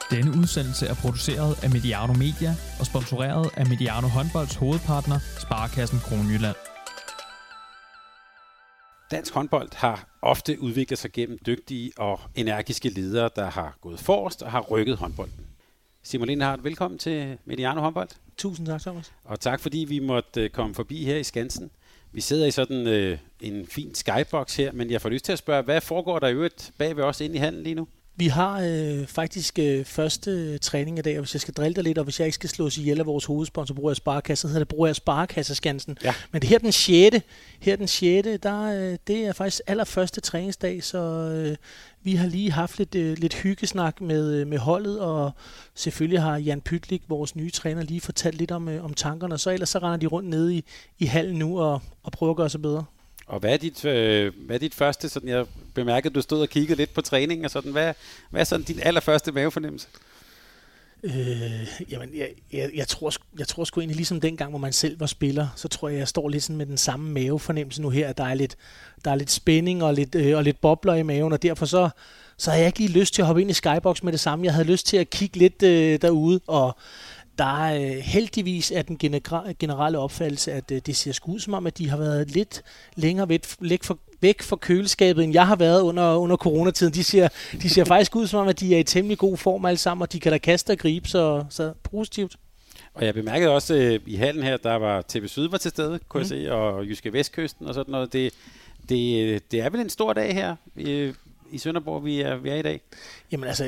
Denne udsendelse er produceret af Mediano Media og sponsoreret af Mediano Håndbolds hovedpartner, Sparekassen Kronjylland. Dansk håndbold har ofte udviklet sig gennem dygtige og energiske ledere, der har gået forrest og har rykket håndbolden. Simon Lindhardt, velkommen til Mediano Håndbold. Tusind tak, Thomas. Og tak fordi vi måtte komme forbi her i Skansen. Vi sidder i sådan en fin skybox her, men jeg får lyst til at spørge, hvad foregår der i øvrigt bag ved os inde i hallen lige nu? Vi har faktisk første træning i dag, og hvis jeg skal drille dig lidt, og hvis jeg ikke skal slås ihjel af vores hovedsponsor, Broager Sparekasse, så hedder det Broager Sparekasse Skansen. Ja. Men det her den 6. Det er faktisk allerførste træningsdag, så vi har lige haft lidt hyggesnak med holdet, og selvfølgelig har Jan Pytlik, vores nye træner, lige fortalt lidt om tankerne, og så ellers så render de rundt nede i hallen nu og prøver at gøre sig bedre. Og hvad er dit første, sådan jeg bemærkede, at du stod og kiggede lidt på træningen og sådan, hvad er sådan din allerførste mavefornemmelse? Jamen, jeg tror sgu egentlig ligesom dengang, hvor man selv var spiller, så tror jeg står lidt sådan med den samme mavefornemmelse nu her, at der er lidt spænding og lidt bobler i maven, og derfor så har jeg ikke lige lyst til at hoppe ind i skybox med det samme. Jeg havde lyst til at kigge lidt derude, og der er heldigvis den generelle opfattelse, at det ser sgu ud som om, at de har været lidt længere væk fra køleskabet, end jeg har været under coronatiden. De ser faktisk ud som om, at de er i temmelig god form alle sammen, og de kan da kaste og gribe, så positivt. Og jeg bemærkede også i hallen her, der var TV Syd var til stede, kunne jeg se, og Jyske Vestkysten og sådan noget. Det er vel en stor dag her i Sønderborg, vi er i dag? Jamen altså,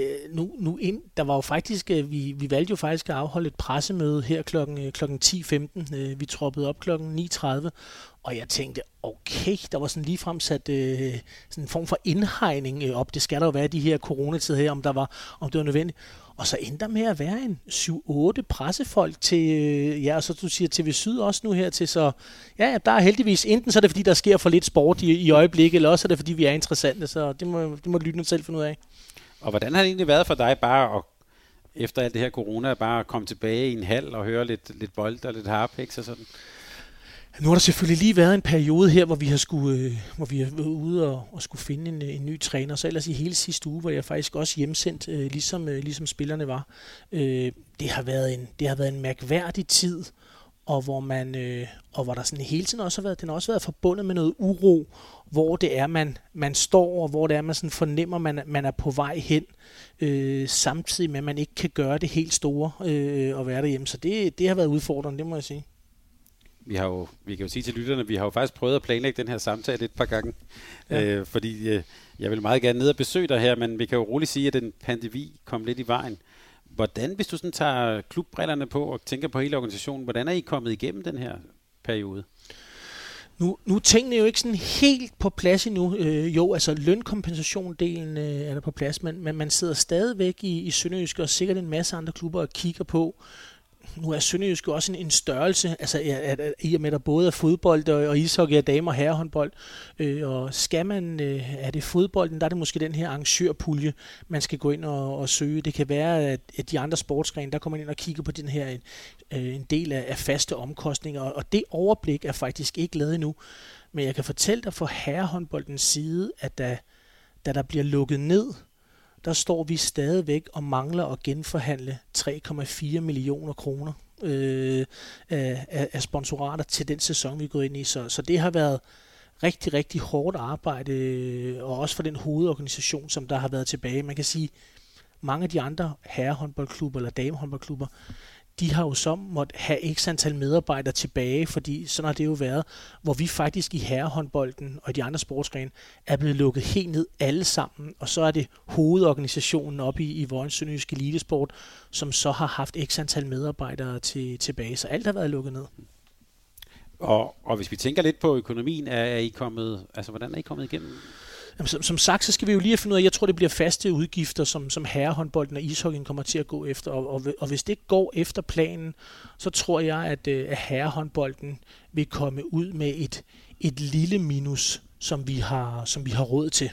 der var jo faktisk, vi valgte jo faktisk at afholde et pressemøde her klokken 10:15. Vi troppede op klokken 9:30, og jeg tænkte, okay, der var sådan lige fremsat sådan en form for indhegning op. Det skal der jo være de her coronatider her, om det var nødvendigt. Og så endte der med at være en 7-8 pressefolk til, og så du siger TV Syd også nu her til, så ja, der er heldigvis, enten så er det fordi, der sker for lidt sport i øjeblikket, eller også er det fordi, vi er interessante, så det må lytterne selv finde ud af. Og hvordan har det egentlig været for dig bare efter alt det her corona, bare at komme tilbage i en hal og høre lidt bold og lidt harpiks og sådan? Nu har der selvfølgelig lige været en periode her, hvor vi har været ude og skulle finde en ny træner. Så ellers i hele sidste uge var jeg faktisk også hjemsendt, ligesom spillerne var. Det har været en mærkværdig tid, og hvor der sådan hele tiden også har været forbundet med noget uro, hvor det er man står, og hvor det er man sådan fornemmer man er på vej hen, samtidig med at man ikke kan gøre det helt store og være derhjemme. Så det har været udfordrende, det må jeg sige. Vi kan jo sige til lytterne, vi har jo faktisk prøvet at planlægge den her samtale et par gange, fordi jeg vil meget gerne ned og besøge dig her, men vi kan jo roligt sige, at den pandemi kom lidt i vejen. Hvordan, hvis du sådan tager klubbrillerne på og tænker på hele organisationen, hvordan er I kommet igennem den her periode? Nu er tingene jo ikke sådan helt på plads endnu. Altså lønkompensationdelen er der på plads, men man sidder stadigvæk i Sønderjyske og sikkert en masse andre klubber og kigger på. Nu er Sønderjysk også en størrelse, altså i og med der både er fodbold og ishockey og damer- og herrehåndbold. Og skal man, er det fodbolden, der er det måske den her arrangørpulje, man skal gå ind og søge. Det kan være, at de andre sportsgrene, der kommer man ind og kigger på den her en del af faste omkostninger, og det overblik er faktisk ikke lavet endnu. Men jeg kan fortælle dig fra herrehåndboldens side, at da der bliver lukket ned, der står vi stadigvæk og mangler at genforhandle 3,4 millioner kroner af sponsorater til den sæson, vi er gået ind i. Så det har været rigtig, rigtig hårdt arbejde, og også for den hovedorganisation, som der har været tilbage. Man kan sige, mange af de andre herrehåndboldklubber eller damehåndboldklubber, de har jo så måtte have x antal medarbejdere tilbage, fordi sådan har det jo været, hvor vi faktisk i herrehåndbolden og de andre sportsgrene er blevet lukket helt ned alle sammen, og så er det hovedorganisationen oppe i Vojens Sønderjyske Elitesport, som så har haft x antal medarbejdere tilbage, så alt har været lukket ned. Og hvis vi tænker lidt på økonomien, hvordan er I kommet igennem? Jamen, som sagt, så skal vi jo lige finde ud af, jeg tror, det bliver faste udgifter, som herrehåndbolden og ishockeyen kommer til at gå efter. Og hvis det ikke går efter planen, så tror jeg, at herrehåndbolden vil komme ud med et lille minus, som vi har råd til.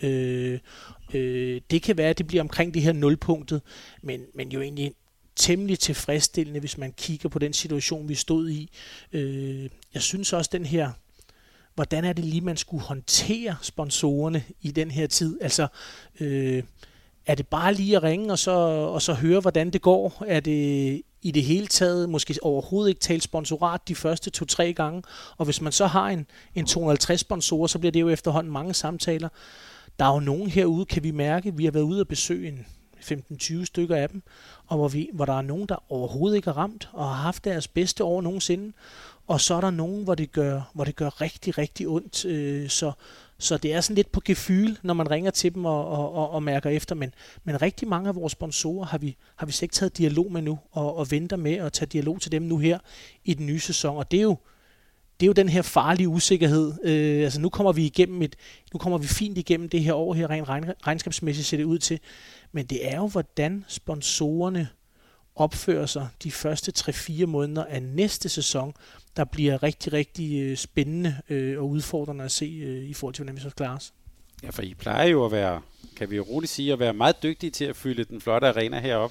Det kan være, at det bliver omkring det her nulpunktet, men jo egentlig temmelig tilfredsstillende, hvis man kigger på den situation, vi stod i. Jeg synes også, den her hvordan er det lige, man skulle håndtere sponsorerne i den her tid? Altså, er det bare lige at ringe og så høre, hvordan det går? Er det i det hele taget måske overhovedet ikke tale sponsorat de første 2-3 gange? Og hvis man så har en 250 sponsorer, så bliver det jo efterhånden mange samtaler. Der er jo nogen herude, kan vi mærke, vi har været ude og besøge en 15-20 stykker af dem, og hvor der er nogen, der overhovedet ikke er ramt og har haft deres bedste år nogensinde. Og så er der nogen, hvor det gør rigtig, rigtig ondt. Så det er sådan lidt på gefyl, når man ringer til dem og mærker efter. Men rigtig mange af vores sponsorer har vi slet ikke taget dialog med nu, og venter med at tage dialog til dem nu her i den nye sæson. Og det er jo den her farlige usikkerhed. Altså nu kommer vi fint igennem det her år her, rent regnskabsmæssigt ser det ud til. Men det er jo, hvordan sponsorerne opfører sig de første 3-4 måneder af næste sæson, der bliver rigtig, rigtig spændende og udfordrende at se i forhold til, hvordan vi så klarer os. Ja, for I plejer jo at være, kan vi jo roligt sige, at være meget dygtige til at fylde den flotte arena herop.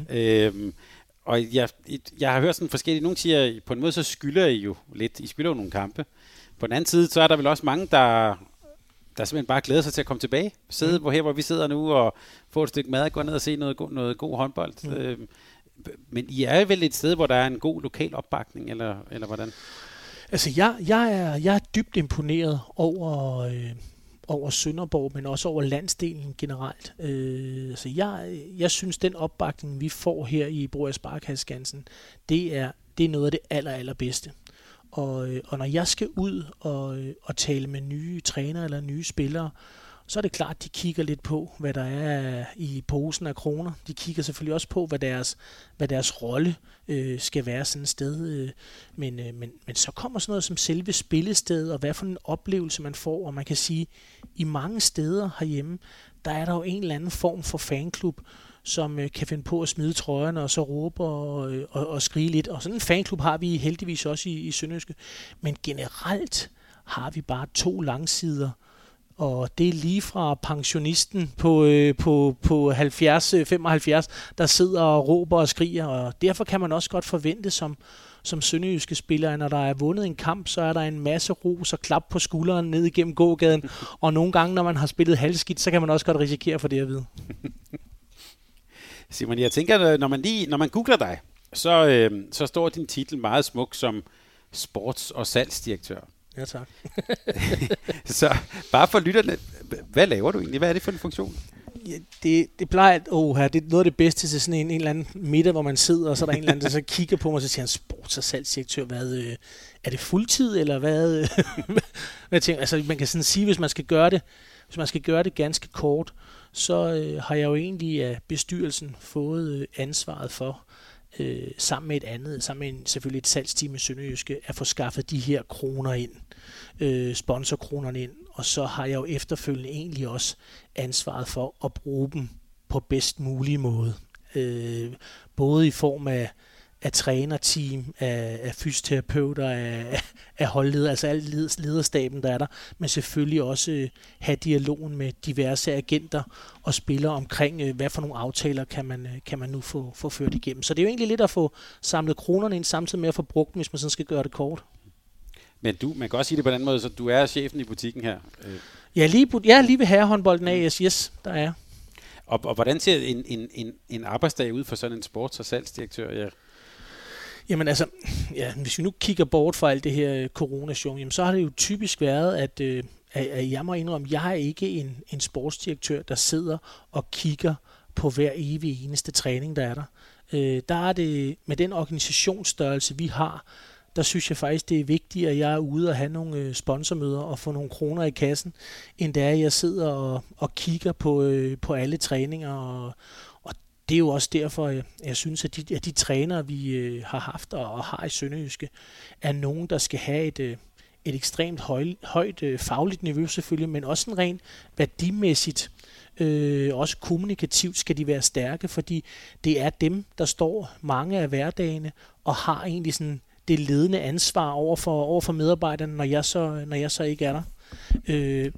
Og jeg har hørt sådan forskellige, nogen siger, at på en måde så skylder I jo lidt, I skylder jo nogle kampe. På den anden side, så er der vel også mange, der simpelthen bare glæder sig til at komme tilbage. Sidde hvor vi sidder nu og få et stykke mad og gå ned og se noget god håndbold. Men I er vel et sted, hvor der er en god lokal opbakning, eller hvordan? Altså, jeg er dybt imponeret over Sønderborg, men også over landsdelen generelt. Altså, jeg synes, den opbakning, vi får her i Broager Sparekasse Skansen, det er noget af det allerbedste. Og når jeg skal ud og tale med nye trænere eller nye spillere, så er det klart, at de kigger lidt på, hvad der er i posen af kroner. De kigger selvfølgelig også på, hvad deres rolle skal være sådan et sted. Men så kommer sådan noget som selve spillestedet, og hvad for en oplevelse man får. Og man kan sige, i mange steder herhjemme, der er der jo en eller anden form for fanklub, som kan finde på at smide trøjerne og så råbe og skrige lidt. Og sådan en fanklub har vi heldigvis også i Sønderjyske. Men generelt har vi bare 2 langsider. Og det er lige fra pensionisten på 70-75, der sidder og råber og skriger. Og derfor kan man også godt forvente som sønderjyske spillere, når der er vundet en kamp, så er der en masse ros og klap på skulderen ned igennem gågaden. Og nogle gange, når man har spillet halvskidt, så kan man også godt risikere for det at vide. Simon, jeg tænker, når man googler dig, så står din titel meget smuk som sports- og salgsdirektør. Ja, tak. Så bare for lytterne, hvad laver du egentlig? Hvad er det for en funktion? Ja, det plejer det er noget af det bedste til sådan en eller anden middag, hvor man sidder, og så er der en eller anden, der så kigger på mig, og så siger han, sports- og salgsdirektør, er det fuldtid, eller hvad? Jeg tænker, altså man kan sådan sige, hvis man skal gøre det ganske kort, så har jeg jo egentlig af bestyrelsen fået ansvaret for, sammen med selvfølgelig et salgsteam i Sønderjyske, at få skaffet de her kroner ind, sponsorkronerne ind, og så har jeg jo efterfølgende egentlig også ansvaret for at bruge dem på bedst mulige måde. Både i form af trænerteam, af fysioterapeuter, af holdleder, altså al lederstaben, der er der, men selvfølgelig også have dialogen med diverse agenter og spillere omkring, hvad for nogle aftaler kan man nu få ført igennem. Så det er jo egentlig lidt at få samlet kronerne ind, samtidig med at få brugt dem, hvis man sådan skal gøre det kort. Men man kan også sige det på den anden måde, så du er chefen i butikken her. Ja, lige ved herrehåndbolden af, yes, der er. Og hvordan ser en arbejdsdag ud for sådan en sports- og salgsdirektør? Ja. Jamen altså, ja, hvis vi nu kigger bort fra alt det her coronashow, så har det jo typisk været, at jeg må indrømme, at jeg er ikke en sportsdirektør, der sidder og kigger på hver evig eneste træning, der er der. Der er det, med den organisationsstørrelse, vi har, der synes jeg faktisk, det er vigtigt, at jeg er ude og have nogle sponsormøder og få nogle kroner i kassen, end det er, at jeg sidder og kigger på alle træninger. Og det er jo også derfor, jeg synes, at de trænere, vi har haft og har i Sønderjyske, er nogen, der skal have et ekstremt højt fagligt niveau selvfølgelig, men også en rent værdimæssigt, også kommunikativt skal de være stærke, fordi det er dem, der står mange af hverdagene og har egentlig sådan det ledende ansvar over for medarbejderne, når jeg så ikke er der.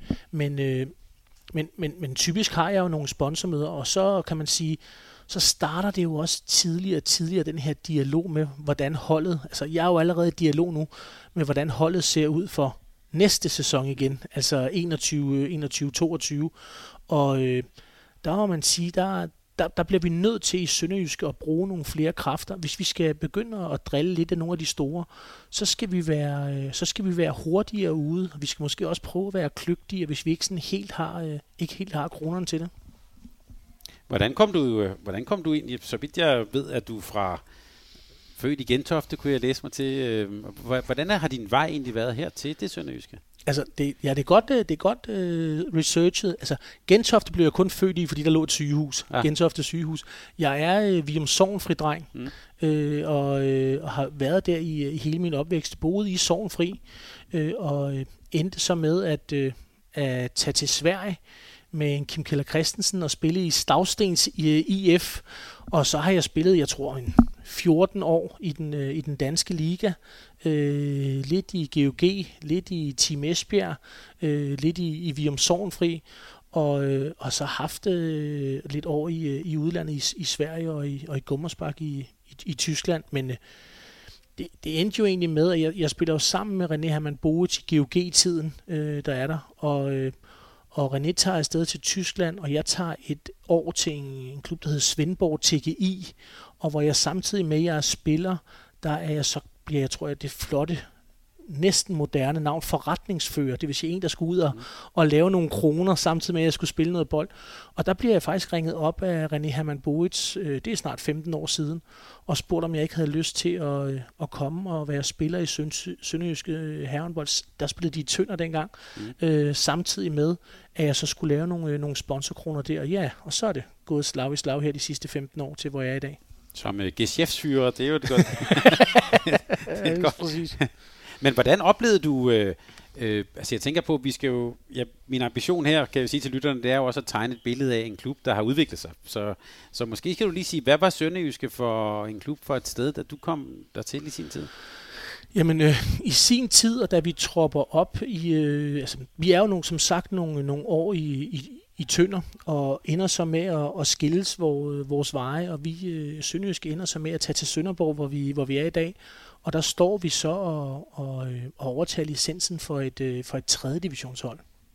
Men typisk har jeg jo nogle sponsormøder, og så kan man sige, så starter det jo også tidligere den her dialog med, hvordan holdet, altså jeg er jo allerede i dialog nu, med hvordan holdet ser ud for næste sæson igen, altså 21-22, og der må man sige, der bliver vi nødt til i Sønderjyske at bruge nogle flere kræfter. Hvis vi skal begynde at drille lidt af nogle af de store, så skal vi være hurtigere ude, og vi skal måske også prøve at være kløgtige, hvis vi ikke sådan helt har kronerne til det. Hvordan kom du ind? Så vidt jeg ved, at du fra født i Gentofte, kunne jeg læse mig til. Hvordan har din vej egentlig været her til det sønderjyske? Altså, det er godt researchet. Altså, Gentofte blev jeg kun født i, fordi der lå et sygehus. Ja. Gentofte sygehus. Jeg er Vium Sognfri dreng, og har været der i hele min opvækst. Boede i Sognfri, og endte så med at tage til Sverige med en Kim Keller Christensen og spille i Stavstens IF. Og så har jeg spillet, jeg tror, 14 år i den danske liga. Lidt i GOG, lidt i Team Esbjerg, lidt i Vium Sognfri, og så haft lidt år i udlandet i Sverige og i Gummersbach i Tyskland. Men det endte jo egentlig med, at jeg spiller jo sammen med René Hermann Boic i GOG-tiden, der er der, og René tager afsted til Tyskland, og jeg tager et år til en klub, der hedder Svendborg TGI, og hvor jeg samtidig med, at jeg er spiller, der er jeg så, bliver jeg tror jeg, det flotte, næsten moderne navn, forretningsfører. Det vil sige en, der skulle ud og lave nogle kroner, samtidig med, at jeg skulle spille noget bold. Og der bliver jeg faktisk ringet op af René Hermann Boic, det er snart 15 år siden, og spurgte, om jeg ikke havde lyst til at komme og være spiller i Sønderjyske herrehåndbold. Der spillede de i Tønder dengang, samtidig med, at jeg så skulle lave nogle sponsorkroner der. Ja, og så er det gået slag i slag her de sidste 15 år til, hvor jeg er i dag. Som geschæftsführer, det er jo det godt. Det er godt. Præcis. Men hvordan oplevede du, altså jeg tænker på, at vi skal jo, min ambition her, kan jeg sige til lytterne, det er jo også at tegne et billede af en klub, der har udviklet sig. Så måske skal du lige sige, hvad var Sønderjyske for en klub for et sted, da du kom dertil i sin tid? Jamen, i sin tid, og da vi tropper op altså vi er jo som sagt nogle år i Tønder, og ender så med at skilles vores veje, og vi Sønderjyske ender så med at tage til Sønderborg, hvor vi er i dag. Og der står vi så og overtager licensen for et 3. divisionshold.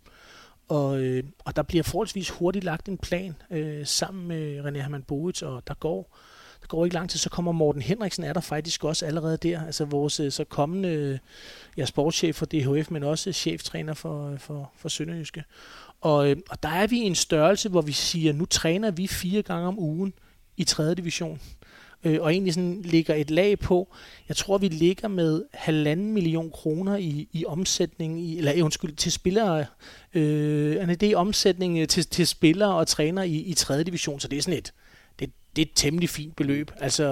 Og der bliver forholdsvis hurtigt lagt en plan sammen med René Hermann Boic, og der går ikke lang tid, så kommer Morten Henriksen, er der faktisk også allerede der. Altså vores så kommende sportschef for DHF, men også cheftræner for Sønderjyske. Og der er vi i en størrelse, hvor vi siger, nu træner vi 4 gange om ugen i 3. division. Og egentlig sådan ligger et lag på, jeg tror vi ligger med 1,5 million kroner i omsætning, til spillere, det er omsætning til spillere og træner i 3. division, så det er sådan det er et temmelig fint beløb, altså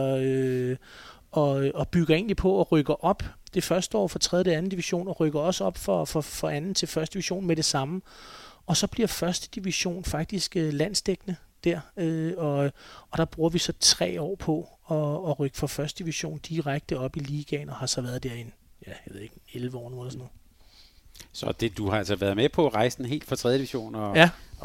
og bygger egentlig på at rykke op det første år fra 3. til 2. division, og rykker også op fra 2. til 1. division med det samme, og så bliver 1. division faktisk landsdækkende der, og der bruger vi så 3 år på at rykke fra 1. division direkte op i ligaen, og har så været derinde, jeg ved ikke, 11 år nu eller sådan noget. Så du har altså været med på rejsen helt fra 3. division og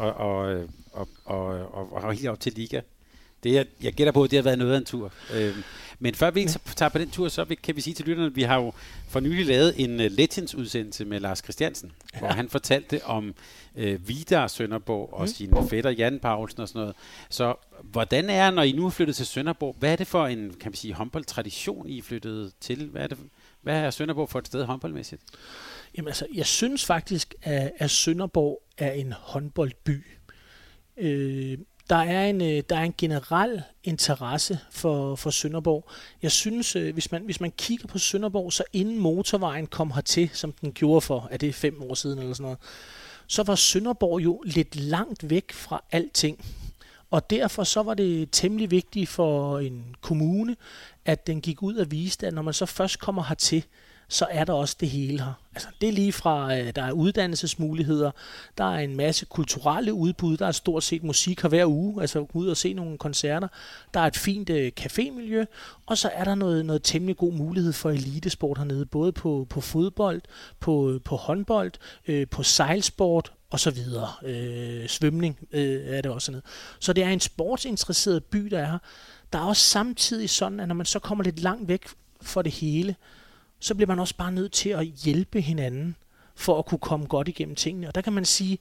helt op til liga. Det jeg gætter på, at det har været noget af en tur. Men før vi tager på den tur, så kan vi sige til lytterne, at vi har jo for nylig lavet en Legends-udsendelse med Lars Christiansen, hvor han fortalte om Vidar Sønderborg og sine fætter Jan Paulsen og sådan noget. Så hvordan er, når I nu er flyttet til Sønderborg, hvad er det for en, kan man sige, håndboldtradition, I er flyttet til? Hvad er Sønderborg for et sted håndboldmæssigt? Jamen altså, jeg synes faktisk, at Sønderborg er en håndboldby. Der er en generel interesse for Sønderborg. Jeg synes, hvis man kigger på Sønderborg, så inden motorvejen kom hertil, som den gjorde for, er det 5 år siden eller sådan noget, så var Sønderborg jo lidt langt væk fra alting. Og derfor så var det temmelig vigtigt for en kommune, at den gik ud og viste, at når man så først kommer hertil, så er der også det hele her. Altså, det er lige fra, der er uddannelsesmuligheder, der er en masse kulturelle udbud, der er stort set musik her hver uge, altså gå ud og se nogle koncerter, der er et fint cafémiljø, og så er der noget temmelig god mulighed for elitesport hernede, både på fodbold, på håndbold, på sejlsport og så videre. Svømning er det også hernede. Så det er en sportsinteresseret by, der er her. Der er også samtidig sådan, at når man så kommer lidt langt væk fra det hele, så bliver man også bare nødt til at hjælpe hinanden for at kunne komme godt igennem tingene. Og der kan man sige,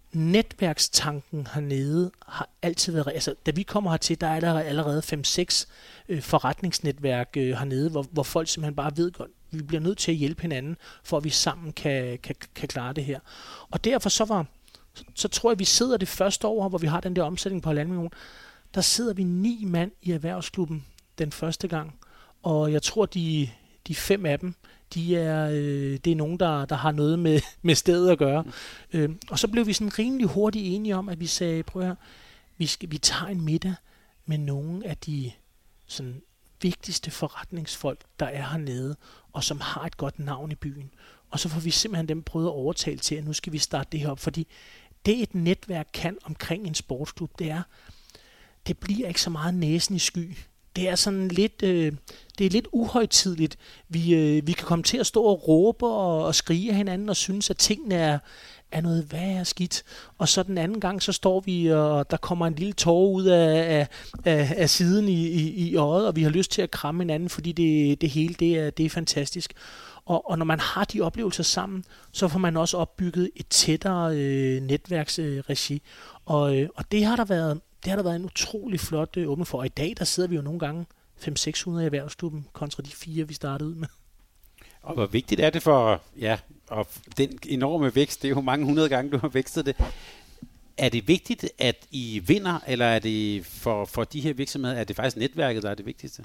netværkstanken hernede har altid været... Altså, da vi kommer hertil, der er der allerede 5-6 forretningsnetværk hernede, hvor folk simpelthen bare ved godt, vi bliver nødt til at hjælpe hinanden, for at vi sammen kan klare det her. Og derfor så tror jeg, vi sidder det første år, hvor vi har den der omsætning på 1,5 million, der sidder vi 9 mand i erhvervsklubben den første gang. Og jeg tror, de 5 af dem, det er nogen, der har noget med stedet at gøre. Og så blev vi sådan rimelig hurtigt enige om, at vi sagde, prøv at høre, vi tager en middag med nogle af de sådan vigtigste forretningsfolk, der er hernede, og som har et godt navn i byen. Og så får vi simpelthen dem prøvet at overtale til, at nu skal vi starte det her op, fordi det et netværk kan omkring en sportsklub, det bliver ikke så meget næsen i sky. Det er sådan lidt, det er lidt uhøjtideligt. Vi kan komme til at stå og råbe og skrige af hinanden og synes, at tingene er noget værre skidt. Og så den anden gang, så står vi, og der kommer en lille tåre ud af siden i øjet, og vi har lyst til at kramme hinanden, fordi det hele det er fantastisk. Og når man har de oplevelser sammen, så får man også opbygget et tættere netværksregi. Og det har der været en utrolig flot åbning for. Og i dag, der sidder vi jo nogle gange 500-600 i erhvervsklubben, kontra de 4, vi startede ud med. Og hvor vigtigt er det for, og den enorme vækst, det er jo mange 100 gange, du har vækstet det. Er det vigtigt, at I vinder, eller er det for de her virksomheder, er det faktisk netværket, der er det vigtigste?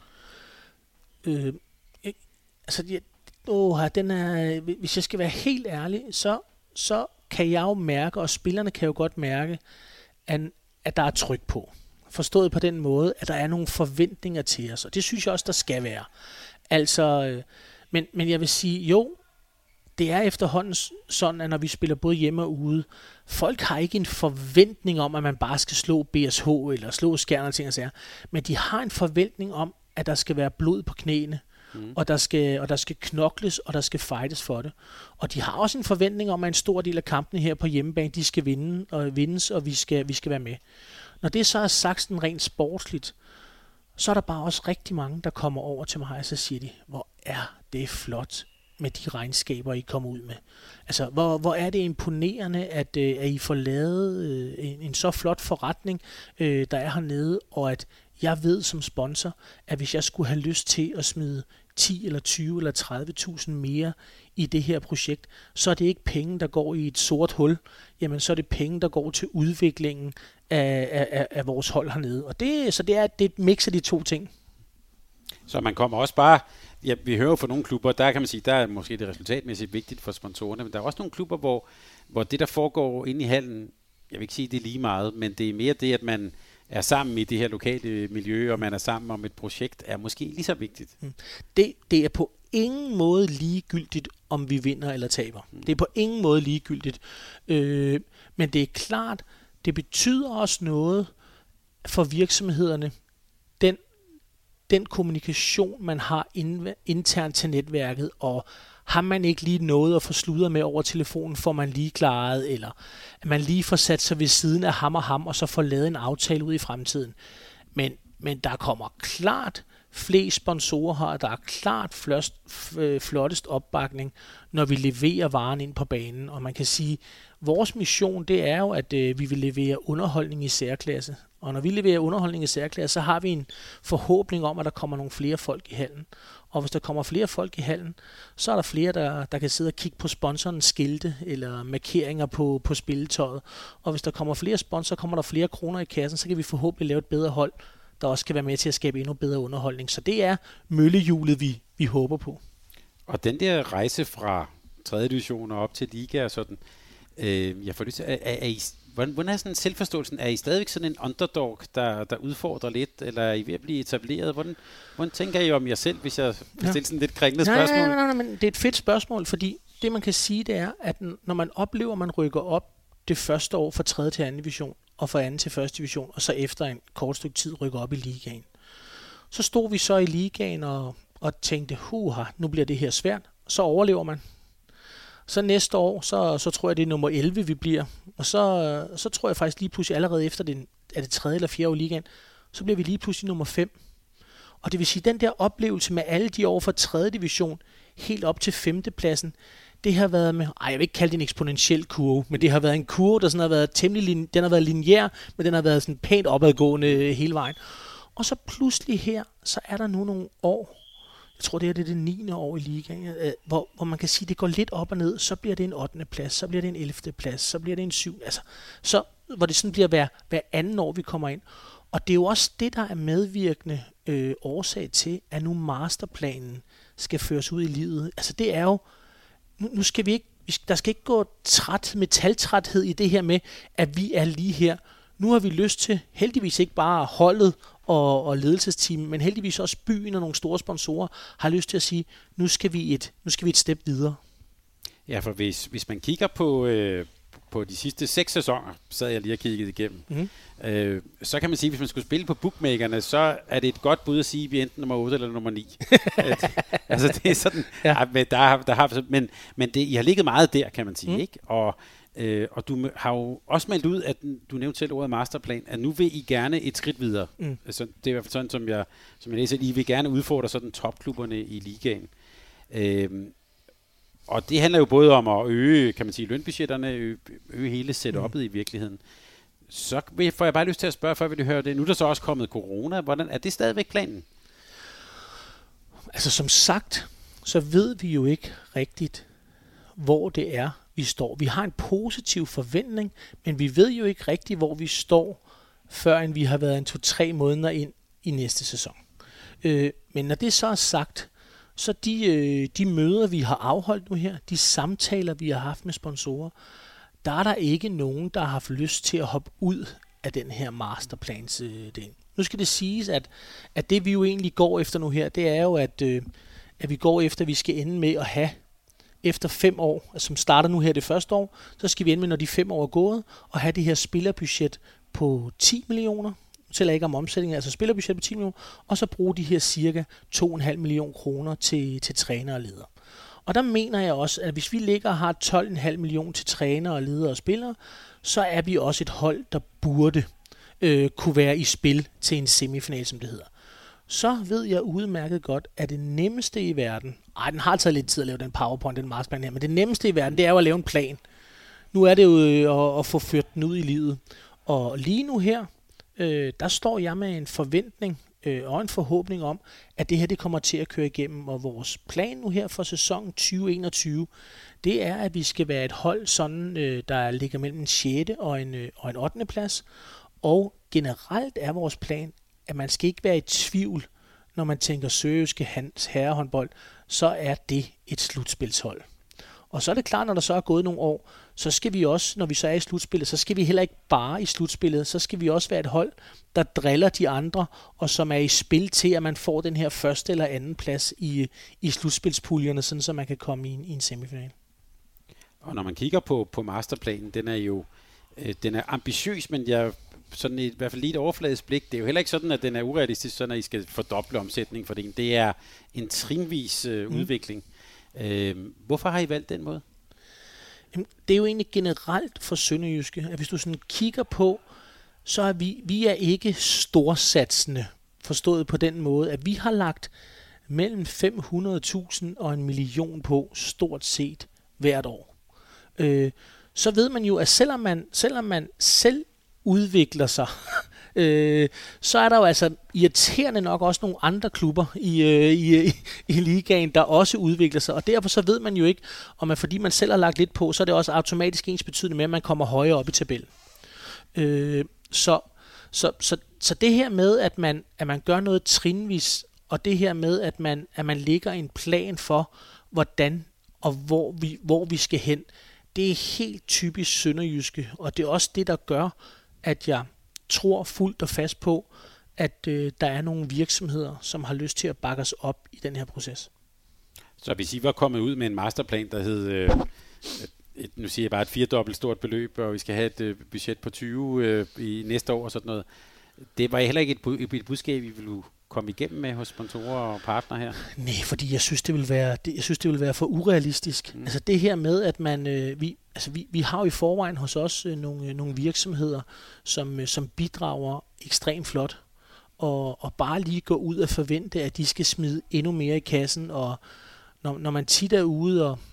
Hvis jeg skal være helt ærlig, så kan jeg jo mærke, og spillerne kan jo godt mærke, at der er tryk på. Forstået på den måde, at der er nogle forventninger til os, og det synes jeg også, der skal være. Altså, men jeg vil sige, jo, det er efterhånden sådan, at når vi spiller både hjemme og ude, folk har ikke en forventning om, at man bare skal slå BSH eller slå Skjern og ting og sager, men de har en forventning om, at der skal være blod på knæene, og der skal knokles, og der skal fightes for det. Og de har også en forventning om, at en stor del af kampene her på hjemmebane, de skal vindes, og vi skal være med. Når det så er sagt sådan rent sportsligt, så er der bare også rigtig mange, der kommer over til mig, og så siger de, hvor er det flot med de regnskaber, I kommer ud med. Altså, hvor er det imponerende, at I får lavet en så flot forretning, der er hernede, og at jeg ved som sponsor, at hvis jeg skulle have lyst til at smide 10 eller 20 eller 30.000 mere i det her projekt, så er det ikke penge, der går i et sort hul. Jamen, så er det penge, der går til udviklingen af vores hold hernede. Og det er et mix af de to ting. Så man kommer også bare... Ja, vi hører jo fra nogle klubber, der kan man sige, der er måske det resultatmæssigt vigtigt for sponsorerne, men der er også nogle klubber, hvor det, der foregår inde i hallen, jeg vil ikke sige, det er lige meget, men det er mere det, at man er sammen i det her lokale miljø, og man er sammen om et projekt, er måske lige så vigtigt. Det er på ingen måde ligegyldigt, om vi vinder eller taber. Det er på ingen måde ligegyldigt. Men det er klart, det betyder også noget for virksomhederne, den kommunikation, man har internt til netværket, og har man ikke lige noget at få sludret med over telefonen, får man lige klaret, eller at man lige får sat sig ved siden af ham, og så får lavet en aftale ud i fremtiden. Men der kommer klart flest sponsorer her, og der er klart flottest opbakning, når vi leverer varen ind på banen. Og man kan sige, vores mission, det er jo, at vi vil levere underholdning i særklasse. Og når vi leverer underholdning i særklasse, så har vi en forhåbning om, at der kommer nogle flere folk i hallen. Og hvis der kommer flere folk i hallen, så er der flere, der kan sidde og kigge på sponsorens skilte eller markeringer på spilletøjet. Og hvis der kommer flere sponsorer, kommer der flere kroner i kassen, så kan vi forhåbentlig lave et bedre hold, der også kan være med til at skabe endnu bedre underholdning. Så det er møllehjulet, vi håber på. Og den der rejse fra 3. division og op til liga og sådan, jeg får lyst til, hvordan er sådan selvforståelsen? Er I stadigvæk sådan en underdog, der udfordrer lidt, eller er I ved at blive etableret? Hvordan tænker I om jer selv, hvis jeg stiller sådan lidt kringlet spørgsmål? Nej, men det er et fedt spørgsmål, fordi det man kan sige, det er, at når man oplever, at man rykker op det første år fra 3. til 2. division, og fra 2. til 1. division, og så efter en kort stykke tid rykker op i ligaen. Så stod vi så i ligaen og tænkte, nu bliver det her svært. Så overlever man. Så næste år, så tror jeg, det er nummer 11, vi bliver. Og så tror jeg faktisk lige pludselig, allerede efter det 3. eller 4. år i ligaen, så bliver vi lige pludselig nummer 5. Og det vil sige, den der oplevelse med alle de år fra 3. division, helt op til 5. pladsen, det har været med, jeg vil ikke kalde det en eksponentiel kurve, men det har været en kurve, der sådan har været den har været lineær, men den har været sådan pænt opadgående hele vejen. Og så pludselig her, så er der nu nogle år, jeg tror det er det 9. år i ligaen, hvor man kan sige, det går lidt op og ned, så bliver det en 8. plads, så bliver det en 11. plads, så bliver det en 7. Altså, så hvor det sådan bliver hver anden år, vi kommer ind. Og det er jo også det, der er medvirkende årsag til, at nu masterplanen skal føres ud i livet. Altså det er jo, nu skal vi ikke, der skal ikke gå metaltræthed i det her med, at vi er lige her. Nu har vi lyst til, heldigvis ikke bare holdet og ledelsesteamet, men heldigvis også byen og nogle store sponsorer, har lyst til at sige, nu skal vi et step videre. Ja, for hvis man kigger på de sidste 6 sæsoner, sad jeg lige og kiggede igennem, så kan man sige, at hvis man skulle spille på bookmakerne, så er det et godt bud at sige, at vi er enten nummer 8 eller nummer 9. Altså det er sådan, men det, I har ligget meget der, kan man sige, ikke? Og du har jo også meldt ud, at du nævnte selv ordet masterplan, at nu vil I gerne et skridt videre. Altså, det er i hvert fald sådan, som jeg læser, at I vil gerne udfordre sådan topklubberne i ligaen. Og det handler jo både om at øge, kan man sige, lønbudgetterne, øge hele setup'et i virkeligheden. Så får jeg bare lyst til at spørge, før vi hører det. Nu er der så også kommet corona. Hvordan er det stadigvæk planen? Altså som sagt, så ved vi jo ikke rigtigt, hvor det er, vi står. Vi har en positiv forventning, men vi ved jo ikke rigtigt, hvor vi står, før vi har været 2-3 måneder ind i næste sæson. Men når det så er sagt, så de møder, vi har afholdt nu her, de samtaler, vi har haft med sponsorer, der er der ikke nogen, der har haft lyst til at hoppe ud af den her masterplans del. Nu skal det siges, at det vi jo egentlig går efter nu her, det er jo, at vi går efter, at vi skal ende med at have, efter 5 år, altså som starter nu her det første år, så skal vi ende med, når de 5 år er gået, og have det her spillerbudget på 10 millioner, tæller ikke om omsætningen, altså spillerbudget på 10 millioner, og så bruge de her cirka 2,5 millioner kroner til træner og ledere. Og der mener jeg også, at hvis vi ligger og har 12,5 millioner til trænere og ledere og spillere, så er vi også et hold, der burde kunne være i spil til en semifinal, som det hedder. Så ved jeg udmærket godt, at det nemmeste i verden, den har taget lidt tid at lave den PowerPoint, den masterplan her, men det nemmeste i verden, det er jo at lave en plan. Nu er det jo at få ført den ud i livet. Og lige nu her, der står jeg med en forventning og en forhåbning om, at det her det kommer til at køre igennem. Og vores plan nu her for sæsonen 2021, det er, at vi skal være et hold, sådan, der ligger mellem en 6. og en 8. plads. Og generelt er vores plan, at man skal ikke være i tvivl, når man tænker søgøske herrehåndbold, så er det et slutspilshold. Og så er det klart, når der så er gået nogle år, så skal vi også, når vi så er i slutspillet, så skal vi heller ikke bare i slutspillet, så skal vi også være et hold, der driller de andre, og som er i spil til, at man får den her 1. eller 2. plads i slutspilspuljerne, sådan så man kan komme i en semifinal. Og når man kigger på masterplanen, den er ambitiøs, men sådan i hvert fald lige et overfladisk blik. Det er jo heller ikke sådan, at den er urealistisk, sådan at I skal fordoble omsætning for det. Det er en trinvis udvikling. Hvorfor har I valgt den måde? Det er jo egentlig generelt for Sønderjyske, at hvis du sådan kigger på, så er vi er ikke storsatsende, forstået på den måde, at vi har lagt mellem 500.000 og 1 million på stort set hvert år. Så ved man jo, at selvom man selv udvikler sig, så er der jo altså irriterende nok også nogle andre klubber i ligaen, der også udvikler sig, og derfor så ved man jo ikke, om man, fordi man selv har lagt lidt på, så er det også automatisk ens betydende med, at man kommer højere op i tabellen. Så det her med, at man gør noget trinvis, og det her med, at man lægger en plan for, hvordan og hvor vi skal hen, det er helt typisk Sønderjyske, og det er også det, der gør, at jeg tror fuldt og fast på, at der er nogle virksomheder, som har lyst til at bakke os op i den her proces. Så hvis I var kommet ud med en masterplan, der hed, nu siger jeg bare et 4-dobbelt stort beløb, og vi skal have et budget på 20 i næste år og sådan noget, det var heller ikke et budskab, I ville komme igennem med hos sponsorer og partner her? Nej, fordi jeg synes, det vil være for urealistisk. Altså det her med, at man vi har jo i forvejen hos os nogle virksomheder, som bidrager ekstremt flot, og bare lige gå ud og forvente, at de skal smide endnu mere i kassen, og når man tit er ude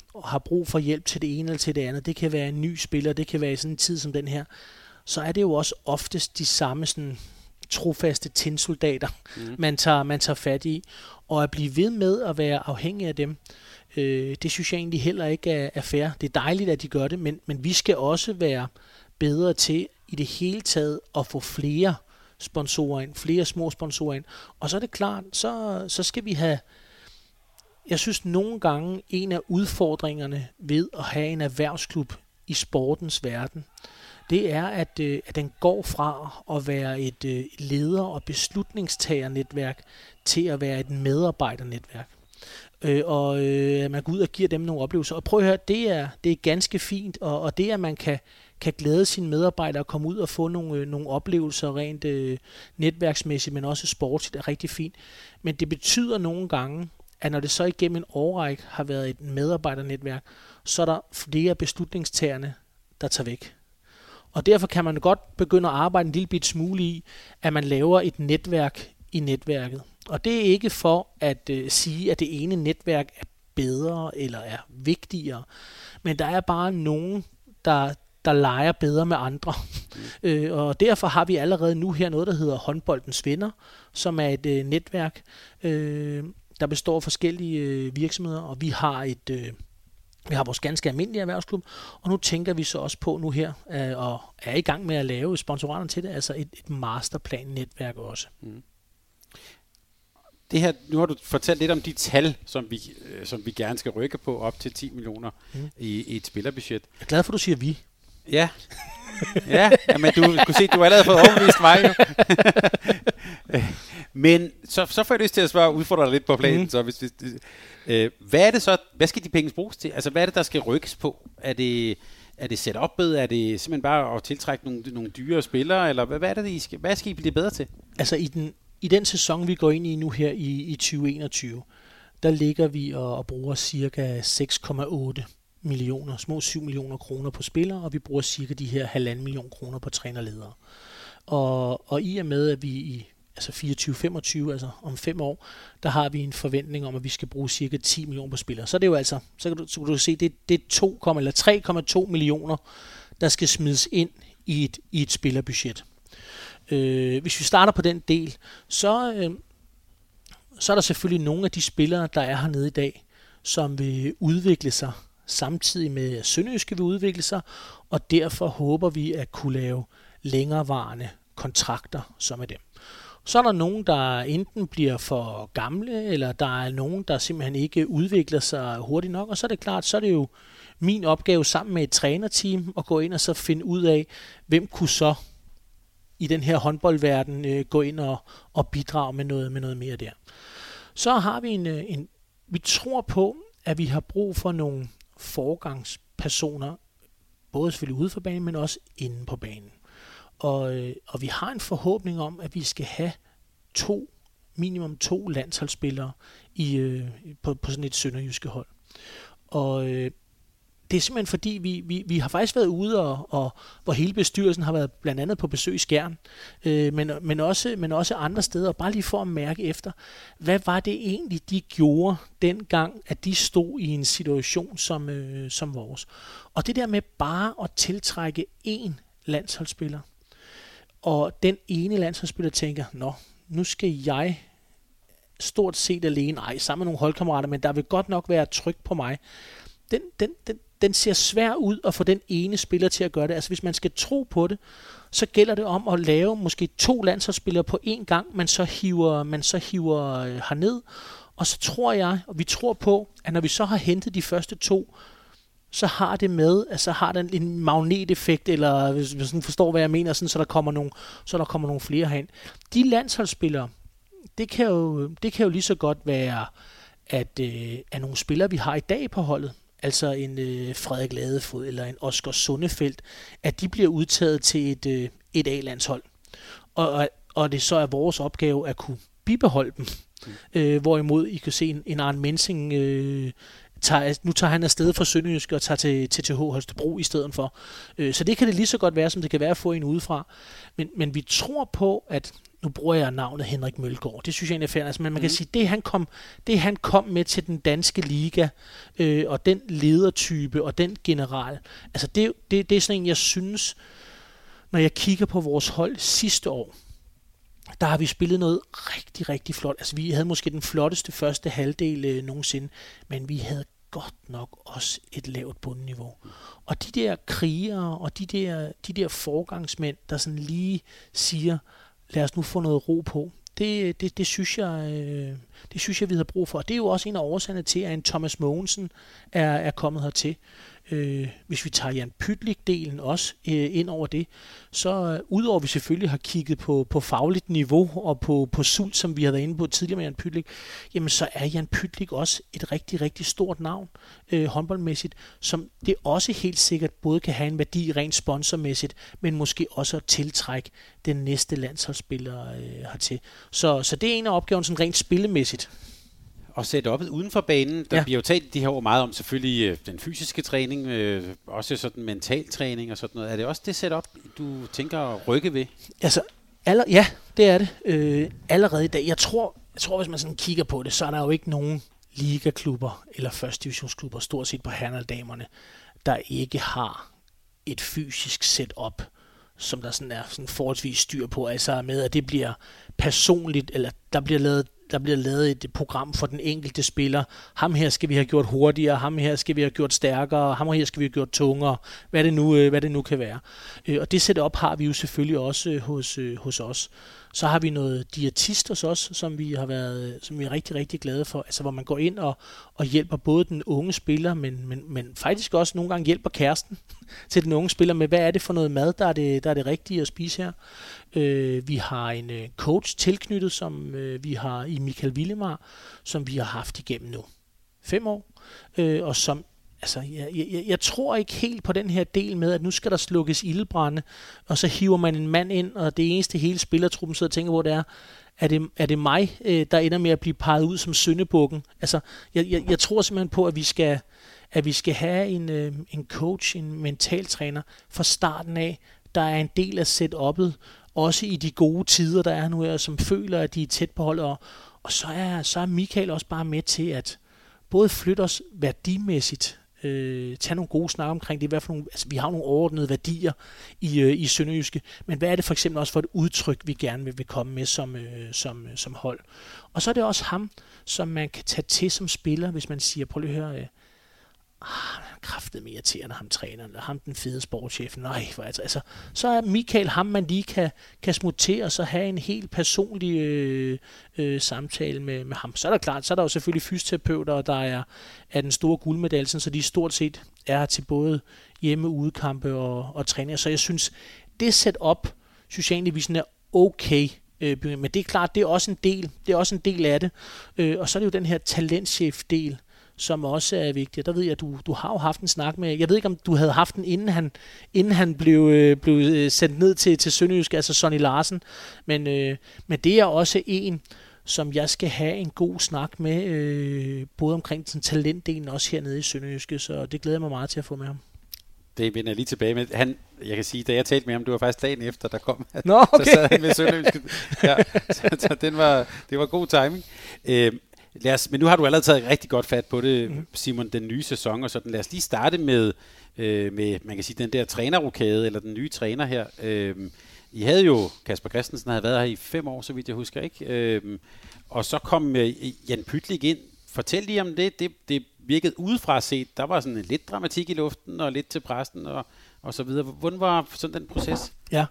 har brug for hjælp til det ene eller til det andet, det kan være en ny spiller, det kan være i sådan en tid som den her, så er det jo også oftest de samme sådan trofaste tinsoldater, man tager fat i, og at blive ved med at være afhængig af dem, det synes jeg egentlig heller ikke er fair. Det er dejligt, at de gør det, men vi skal også være bedre til i det hele taget at få flere sponsorer ind, flere små sponsorer ind, og så er det klart, så skal vi have. Jeg synes nogle gange, en af udfordringerne ved at have en erhvervsklub i sportens verden, det er, at den går fra at være et leder- og beslutningstagernetværk til at være et medarbejdernetværk. Og man går ud og giver dem nogle oplevelser. Og prøv at høre, det er ganske fint, og det, at man kan glæde sine medarbejdere og komme ud og få nogle oplevelser rent netværksmæssigt, men også sportsligt, er rigtig fint. Men det betyder nogle gange, at når det så igennem en årrække har været et medarbejdernetværk, så er der flere beslutningstagerne, der tager væk. Og derfor kan man godt begynde at arbejde en lille bit smule i, at man laver et netværk i netværket. Og det er ikke for at sige, at det ene netværk er bedre eller er vigtigere, men der er bare nogen, der leger bedre med andre. Og derfor har vi allerede nu her noget, der hedder Håndboldens Venner, som er et netværk, der består af forskellige virksomheder, og vi har vores ganske almindelige erhvervsklub, og nu tænker vi så også på nu her, og er i gang med at lave sponsoraterne til det, altså et masterplan-netværk også. Det her, nu har du fortalt lidt om de tal, som vi gerne skal rykke på op til 10 millioner i et spillerbudget. Jeg er glad for, at du siger vi. Ja. Ja, men du kunne se, du har allerede fået overbevist mig jo. Men så får jeg lyst til at udfordre dig lidt på planen. Så hvad er det så? Hvad skal de penge bruges til? Altså, hvad er det, der skal rykkes på? Er det setup'et? Er det simpelthen bare at tiltrække nogle dyre spillere? Eller hvad er det, hvad skal I blive bedre til? Altså, i den sæson, vi går ind i nu her i 2021, der ligger vi og bruger cirka 6,8 millioner, små 7 millioner kroner på spillere, og vi bruger cirka de her 1,5 million kroner på trænerledere. Og i og med, at vi i 24-25, altså om 5 år, der har vi en forventning om, at vi skal bruge cirka 10 millioner på spillere. Så er det jo altså, så kan du se, det er 3,2 millioner, der skal smides ind i et spillerbudget. Hvis vi starter på den del, så er der selvfølgelig nogle af de spillere, der er hernede i dag, som vil udvikle sig samtidig med, at Sønderjyske vil udvikle sig, og derfor håber vi at kunne lave længerevarende kontrakter som er dem. Så er der nogen, der enten bliver for gamle, eller der er nogen, der simpelthen ikke udvikler sig hurtigt nok, og så er det klart, så er det jo min opgave sammen med et trænerteam at gå ind og så finde ud af, hvem kunne så i den her håndboldverden gå ind og bidrage med noget mere der. Så har vi vi tror på, at vi har brug for nogle forgangspersoner, både selvfølgelig ude for banen, men også inde på banen. Og vi har en forhåbning om, at vi skal have minimum to landsholdsspillere på sådan et sønderjyske hold. Og det er simpelthen fordi, vi har faktisk været ude, og hvor hele bestyrelsen har været blandt andet på besøg i Skjern, men også andre steder, bare lige for at mærke efter, hvad var det egentlig, de gjorde dengang, at de stod i en situation som vores. Og det der med bare at tiltrække én landsholdsspiller, og den ene landsholdsspiller tænker, nu skal jeg stort set alene, sammen med nogle holdkammerater, men der vil godt nok være tryk på mig. Den ser svær ud at få den ene spiller til at gøre det. Altså hvis man skal tro på det, så gælder det om at lave måske 2 landsholdsspillere på én gang, man så hiver herned. Og så tror jeg, og vi tror på, at når vi så har hentet de første 2, så har det med, altså har den en magneteffekt, eller hvis man forstår, hvad jeg mener, sådan, så der kommer nogle flere herind. De landsholdsspillere, det kan jo lige så godt være, at nogle spillere, vi har i dag på holdet, altså en Frederik Ladefod eller en Oscar Sundefeldt, at de bliver udtaget til et A-landshold. Og det så er vores opgave at kunne bibeholde dem. Hvorimod I kan se en Arne Mensing, nu tager han afsted fra Sønderjysk og tager til TTH Holstebro i stedet for. Så det kan det lige så godt være, som det kan være at få en udefra. Men vi tror på, at nu bruger jeg navnet Henrik Mølgaard. Det synes jeg egentlig er fair. Altså, men man kan sige, det han kom med til den danske liga, og den ledertype, og den general, altså det er sådan en, jeg synes, når jeg kigger på vores hold sidste år, der har vi spillet noget rigtig, rigtig flot. Altså, vi havde måske den flotteste første halvdel nogensinde, men vi havde godt nok også et lavt bundniveau. Og de der krigere, og de der forgangsmænd, der sådan lige siger, lad os nu få noget ro på, det synes jeg, vi har brug for. Og det er jo også en af årsagerne til, at en Thomas Mogensen er kommet hertil. Hvis vi tager Jan Pytlik-delen også ind over det, så udover vi selvfølgelig har kigget på fagligt niveau og på sult, som vi har været inde på tidligere med Jan Pytlik, jamen så er Jan Pytlik også et rigtig, rigtig stort navn håndboldmæssigt, som det også helt sikkert både kan have en værdi rent sponsormæssigt, men måske også at tiltrække den næste landsholdsspiller hertil. Så det er en af opgaven sådan rent spillemæssigt. Og setupet uden for banen, der bliver jo talt de her år meget om selvfølgelig den fysiske træning, også sådan mental træning og sådan noget. Er det også det setup, du tænker at rykke ved? Altså, ja, det er det. Allerede i dag. Jeg tror, hvis man sådan kigger på det, så er der jo ikke nogen ligaklubber eller første divisionsklubber, stort set på herrerne og damerne, der ikke har et fysisk setup, som der sådan er sådan forholdsvis styr på. Altså med, at det bliver personligt, eller der bliver lavet et program for den enkelte spiller. Ham her skal vi have gjort hurtigere, ham her skal vi have gjort stærkere, ham her skal vi have gjort tungere, hvad det nu kan være. Og det setup har vi jo selvfølgelig også hos os. Så har vi noget diætist hos os, som vi er rigtig, rigtig glade for, altså hvor man går ind og hjælper både den unge spiller, men faktisk også nogle gange hjælper kæresten til den unge spiller med, hvad er det for noget mad, der er det rigtige at spise her. Vi har en coach tilknyttet, som vi har i Michael Willemar, som vi har haft igennem nu 5 år, og som altså, jeg tror ikke helt på den her del med, at nu skal der slukkes ildbrænde, og så hiver man en mand ind, og det eneste hele spillertruppen sidder og tænker på, det er det mig, der ender med at blive peget ud som syndebukken? Altså, jeg tror simpelthen på, at vi skal have en coach, en mentaltræner fra starten af, der er en del af setup'et, også i de gode tider, der er nu her, som føler, at de er tæt på holdet, og så er Michael også bare med til at både flytte os værdimæssigt, tage nogle gode snakker omkring det, vi har nogle overordnede værdier i Sønderjyske, men hvad er det for eksempel også for et udtryk, vi gerne vil komme med som hold. Og så er det også ham, som man kan tage til som spiller, hvis man siger, prøv lige at høre, kraftedeme irriterende, ham træneren, eller ham den fede sportschefen, altså, så er Michael ham, man lige kan smutte til, og så have en helt personlig samtale med ham. Så er der klart, så er der jo selvfølgelig fysioterapeuter, der er den store guldmedalje, så de stort set er til både hjemme-udekampe og træninger. Så jeg synes, det setup, synes jeg egentlig, vi sådan er okay. Men det er klart, det er også en del af det. Og så er det jo den her talentchef-del, som også er vigtig. Der ved jeg, at du har jo haft en snak med, jeg ved ikke, om du havde haft den, inden han blev sendt ned til Sønderjysk, altså Sonny Larsen, men det er også en, som jeg skal have en god snak med, både omkring sådan talentdelen, også hernede i Sønderjyske, så det glæder jeg mig meget til at få med ham. Det vender jeg lige tilbage med. Jeg kan sige, da jeg talte med ham, det var faktisk dagen efter, der kom. Nå, okay. Så sad han med Sønderjyske. Ja, så det var god timing. Men nu har du allerede taget rigtig godt fat på det, Simon, den nye sæson og sådan. Lad os lige starte med man kan sige, den der trænerrokade, eller den nye træner her. I havde jo, Kasper Christensen havde været her i 5 år, så vidt jeg husker, ikke? Og så kom Jan Pytlik ind. Fortæl lige om det. Det virkede udefra set. Der var sådan lidt dramatik i luften, og lidt til præsten, og så videre. Hvordan var sådan den proces? Ja.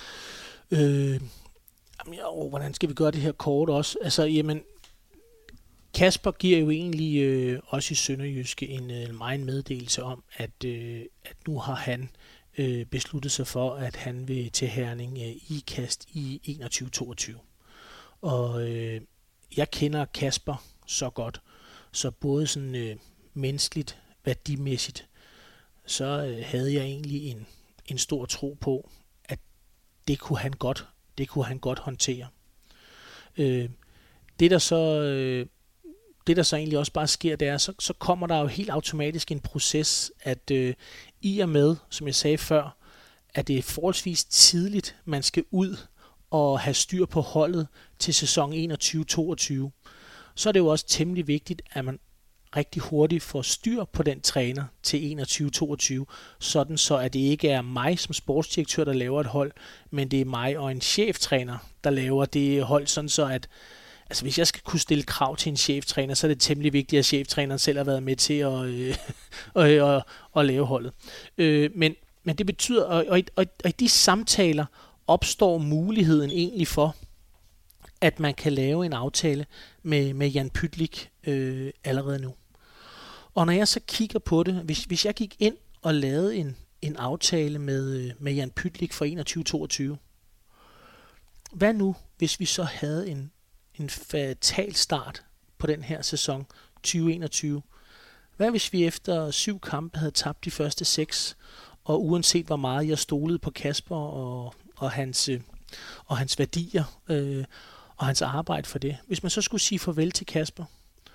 Hvordan skal vi gøre det her kort også? Altså, jamen, Kasper giver jo egentlig også i Sønderjyske en meget meddelelse om, at nu har han besluttet sig for, at han vil til Herning i Ikast i 21-22. Og jeg kender Kasper så godt, så både sådan menneskeligt, værdimæssigt, så havde jeg egentlig en stor tro på, at det kunne han godt håndtere. Det der så egentlig også bare sker, det er, så kommer der jo helt automatisk en proces, at i og med, som jeg sagde før, at det er forholdsvis tidligt, man skal ud at have styr på holdet til sæson 21-22, så er det jo også temmelig vigtigt, at man rigtig hurtigt får styr på den træner til 21-22, sådan så at det ikke er mig som sportsdirektør, der laver et hold, men det er mig og en cheftræner, der laver det hold, sådan så at altså hvis jeg skal kunne stille krav til en cheftræner, så er det temmelig vigtigt, at cheftræneren selv har været med til at lave holdet. Men det betyder, og i de samtaler opstår muligheden egentlig for, at man kan lave en aftale med Jan Pytlik allerede nu. Og når jeg så kigger på det, hvis jeg gik ind og lavede en aftale med Jan Pytlik for 21-22, hvad nu, hvis vi så havde en fatal start på den her sæson 2021? Hvad hvis vi efter 7 kampe havde tabt de første 6, og uanset hvor meget jeg stolede på Kasper og hans værdier og hans arbejde for det. Hvis man så skulle sige farvel til Kasper,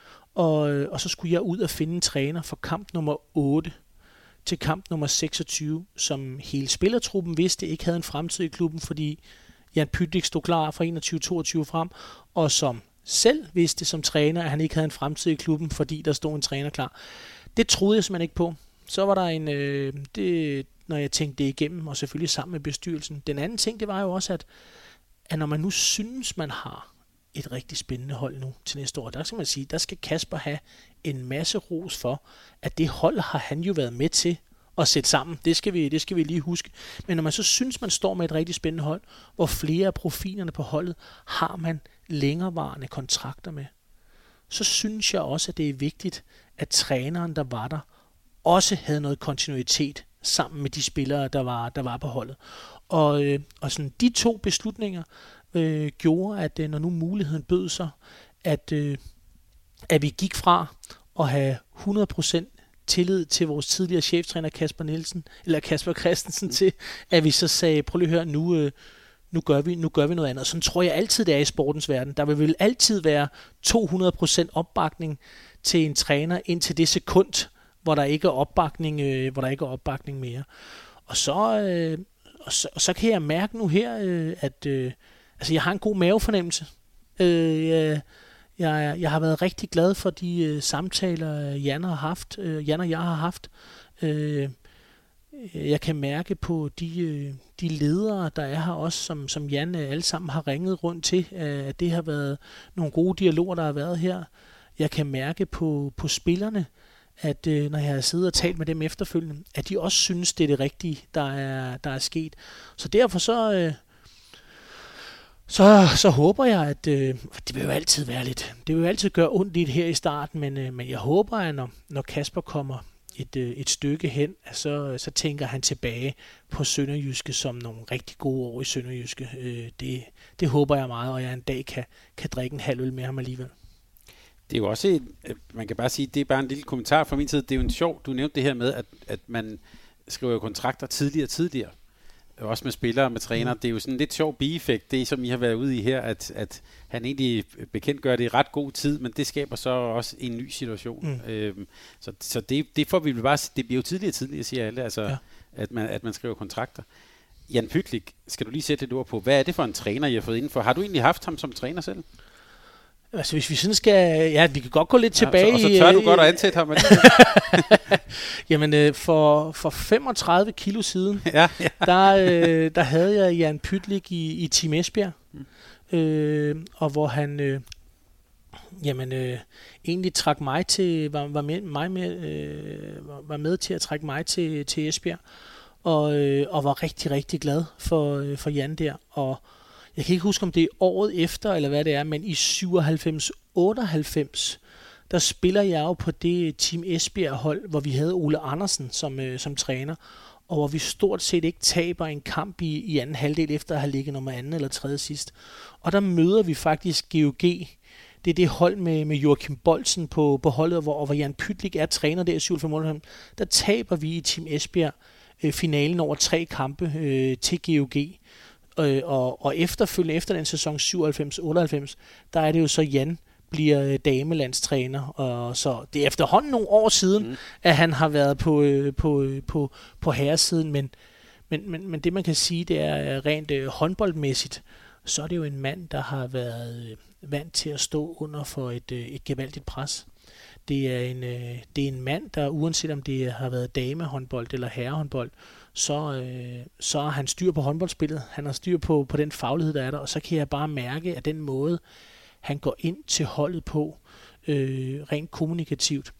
og så skulle jeg ud og finde en træner for kamp nummer 8 til kamp nummer 26, som hele spillertruppen vidste ikke havde en fremtid i klubben, fordi Jan Pytlik stod klar fra 21-22 frem, og som selv vidste som træner, at han ikke havde en fremtid i klubben, fordi der stod en træner klar. Det troede jeg simpelthen ikke på. Så var der når jeg tænkte det igennem, og selvfølgelig sammen med bestyrelsen. Den anden ting, det var jo også, at når man nu synes, man har et rigtig spændende hold nu til næste år, der skal man sige, der skal Kasper have en masse ros for, at det hold har han jo været med til at sætte sammen. Det skal vi lige huske. Men når man så synes, man står med et rigtig spændende hold, hvor flere af profilerne på holdet har man længerevarende kontrakter med, så synes jeg også, at det er vigtigt, at træneren, der var der, også havde noget kontinuitet sammen med de spillere, der var på holdet. Og sådan de 2 beslutninger gjorde, at når nu muligheden bød sig, at vi gik fra at have 100% tillid til vores tidligere cheftræner Kasper Christensen til, at vi så sagde, prøv lige at høre, nu gør vi noget andet. Sådan tror jeg altid, det er i sportens verden. Der vil vel altid være 200% opbakning til en træner indtil det sekund, hvor der ikke er opbakning mere. Og så kan jeg mærke nu her, at jeg har en god mavefornemmelse. Jeg har været rigtig glad for de samtaler, Jan og jeg har haft. Jeg kan mærke på de ledere, der er her også, som Jan alle sammen har ringet rundt til, at det har været nogle gode dialoger, der har været her. Jeg kan mærke på spillerne, at når jeg har siddet og talt med dem efterfølgende, at de også synes, det er det rigtige, der er sket. Så derfor så håber jeg, at det vil jo altid være lidt, det vil jo altid gøre ondt lidt her i starten, men jeg håber, at når Kasper kommer et stykke hen, så tænker han tilbage på Sønderjyske som nogle rigtig gode år i Sønderjyske. Det håber jeg meget, og jeg en dag kan drikke en halv øl med ham alligevel. Det er jo også man kan bare sige, det er bare en lille kommentar fra min side. Det er jo en sjov, du nævnte det her med, at man skriver kontrakter tidligere. Også med spillere og med træner. Det er jo sådan en lidt sjov bieffekt, det som I har været ude i her, at han egentlig bekendtgør det i ret god tid, men det skaber så også en ny situation. Så det får vi bare, det bliver jo tidligere, siger alle, altså, ja. at man skriver kontrakter. Jan Pytlik, skal du lige sætte et ord på, hvad er det for en træner, I har fået indenfor? Har du egentlig haft ham som træner selv? Altså hvis vi sådan skal, ja, vi kan godt gå lidt tilbage. Og så tør du godt at ansætte ham. Jamen for 35 kilo siden, der havde jeg Jan Pytlik i Team Esbjerg, og hvor han egentlig trak mig til, var med til at trække mig til Esbjerg, og var rigtig, rigtig glad for Jan der, og jeg kan ikke huske, om det er året efter, eller hvad det er, men i 97-98, der spiller jeg jo på det Team Esbjerg-hold, hvor vi havde Ole Andersen som træner, og hvor vi stort set ikke taber en kamp i anden halvdel, efter at have ligget nummer 2. eller 3. sidst. Og der møder vi faktisk GOG. Det er det hold med Joachim Bolsen på holdet, hvor Jan Pytlik er træner der i 97-98. Der taber vi i Team Esbjerg finalen over 3 kampe til GOG. Og efterfølgende, efter den sæson 97-98, der er det jo så, Jan bliver damelandstræner, og så det er efterhånden nogle år siden, at han har været på herresiden, men det man kan sige, det er rent håndboldmæssigt, så er det jo en mand, der har været vant til at stå under for et gevaldigt pres. Det er en mand, der uanset om det har været damehåndbold eller herrehåndbold, så har han styr på håndboldspillet. Han har styr på den faglighed, der er der, og så kan jeg bare mærke, at den måde, han går ind til holdet på, rent kommunikativt,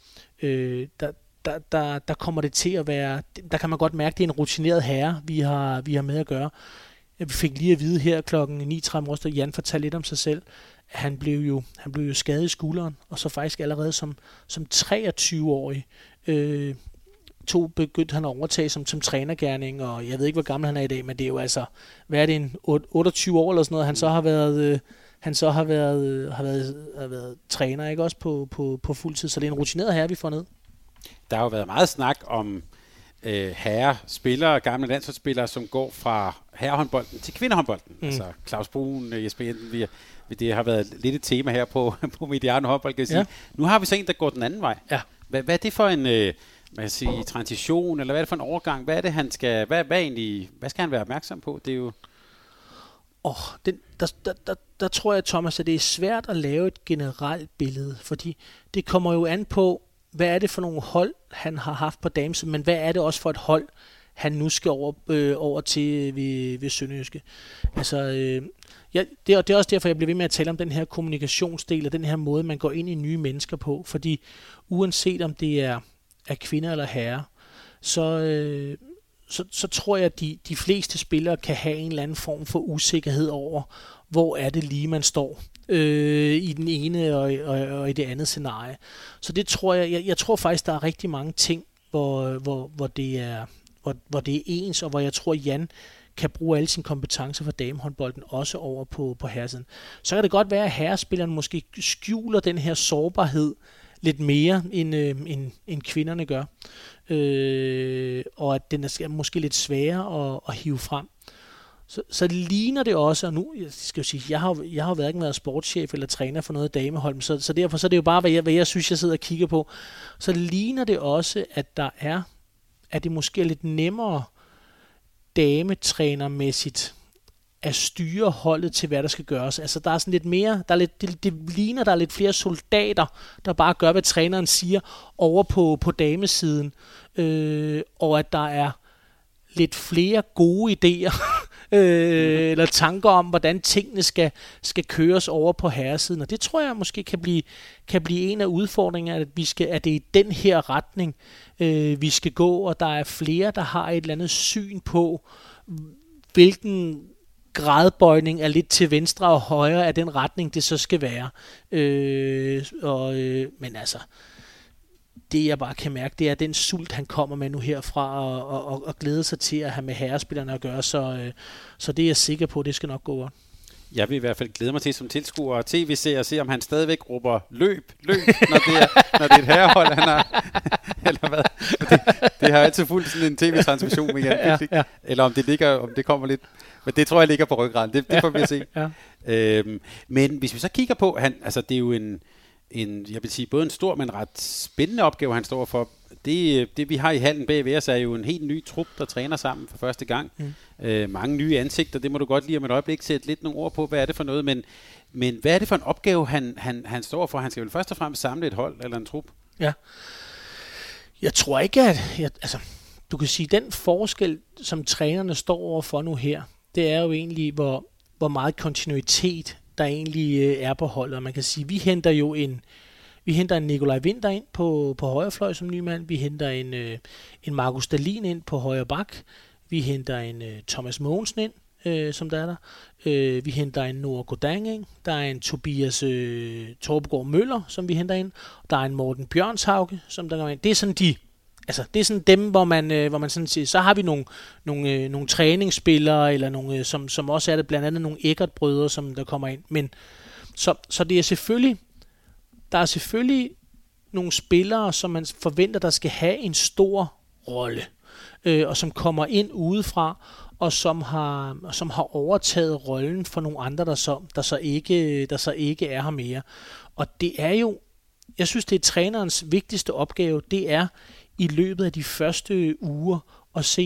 der kommer det til at være, der kan man godt mærke, at det er en rutineret herre, vi har med at gøre. Vi fik lige at vide her klokken 9:30 morges, da Jan fortalte lidt om sig selv. Han blev jo skadet i skulderen, og så faktisk allerede som 23-årig begyndte han at overtage som trænergerning, og jeg ved ikke, hvor gammel han er i dag, men det er jo altså, hvad er det, en 28 år eller sådan noget, han så har været træner, ikke også på fuld tid, så det er en rutineret herre, vi får ned. Der har jo været meget snak om herrespillere, gamle landsholdsspillere, som går fra herrehåndbolden til kvindehåndbolden. Altså Claus Brun, Jesper Jensen, det har været lidt et tema her på Mediano Håndbold, kan jeg sige. Nu har vi så en, der går den anden vej. Ja. Hvad er det for en transition, eller hvad er det for en overgang? Hvad er det, han skal, hvad skal han være opmærksom på? Det er jo... Der tror jeg, Thomas, at det er svært at lave et generelt billede, fordi det kommer jo an på, hvad er det for nogle hold, han har haft på damesiden, men hvad er det også for et hold, han nu skal over til ved Sønderjyske. Altså, det er også derfor, jeg bliver ved med at tale om den her kommunikationsdel, og den her måde, man går ind i nye mennesker på, fordi uanset om det er kvinder eller herrer, så tror jeg, at de fleste spillere kan have en eller anden form for usikkerhed over, hvor er det lige, man står i den ene og i det andet scenarie. Så det tror jeg tror faktisk, der er rigtig mange ting, hvor det er ens, og hvor jeg tror, Jan kan bruge alle sine kompetencer for damehåndbolden også over på herresiden. Så kan det godt være, at herrespilleren måske skjuler den her sårbarhed lidt mere, end kvinderne gør. Og at den er måske lidt sværere at hive frem. Så ligner det også, og nu skal jeg sige, jeg har hverken været sportschef eller træner for noget damehold, så derfor så er det jo bare, hvad jeg synes, jeg sidder og kigger på. Så ligner det også, at det måske er lidt nemmere dametrænermæssigt at styre holdet til, hvad der skal gøres. Altså, der er sådan lidt mere, det ligner, der er lidt flere soldater, der bare gør, hvad træneren siger, over på damesiden, og at der er lidt flere gode idéer, eller tanker om, hvordan tingene skal køres over på herresiden. Og det tror jeg måske kan blive en af udfordringerne, at det er i den her retning, vi skal gå, og der er flere, der har et eller andet syn på, hvilken gradbøjning er lidt til venstre og højre af den retning, det så skal være. Men altså, det jeg bare kan mærke, det er den sult, han kommer med nu herfra, og glæder sig til at have med herrespillerne at gøre, så det er jeg sikker på, det skal nok gå godt. Jeg vil i hvert fald glæde mig til som tilskuer og tv-seer at se, om han stadigvæk råber løb, når det er et herrehold, han har, eller hvad. Det har altid fulgt sådan en tv-transmission med Jan, ja. Eller om det kommer lidt, men det tror jeg ligger på ryggraden, det får vi at se. Ja. Men hvis vi så kigger på, det er jo en, jeg vil sige, både en stor, men ret spændende opgave, han står for. Det vi har i hallen bagved os, er jo en helt ny trup, der træner sammen for første gang. Mange nye ansigter, det må du godt lige om et øjeblik sætte lidt nogle ord på, hvad er det for noget, men hvad er det for en opgave, han står for? Han skal vel først og fremmest samle et hold eller en trup? Ja. Jeg tror ikke, at du kan sige, den forskel, som trænerne står overfor nu her, det er jo egentlig, hvor meget kontinuitet der egentlig er på holdet. Og man kan sige, vi henter en Nikolaj Winter ind på højre fløj som ny mand. Vi henter en Markus Dahlin ind på højre bak. Vi henter en Thomas Mogensen ind, som der er der. Vi henter en Nora Godang ind. Der er en Tobias Torbegaard Møller, som vi henter ind. Der er en Morten Bjørnshauge, som der kommer ind. Det er sådan det er sådan dem, hvor man sådan siger, så har vi nogle træningsspillere, eller nogle, som også er det, blandt andet nogle Eckert-brødre, som der kommer ind. Men så det er selvfølgelig, der er selvfølgelig nogle spillere, som man forventer, der skal have en stor rolle, og som kommer ind udefra, og som har overtaget rollen for nogle andre, der så ikke er her mere. Og det er jo, jeg synes, det er trænerens vigtigste opgave, det er i løbet af de første uger at se,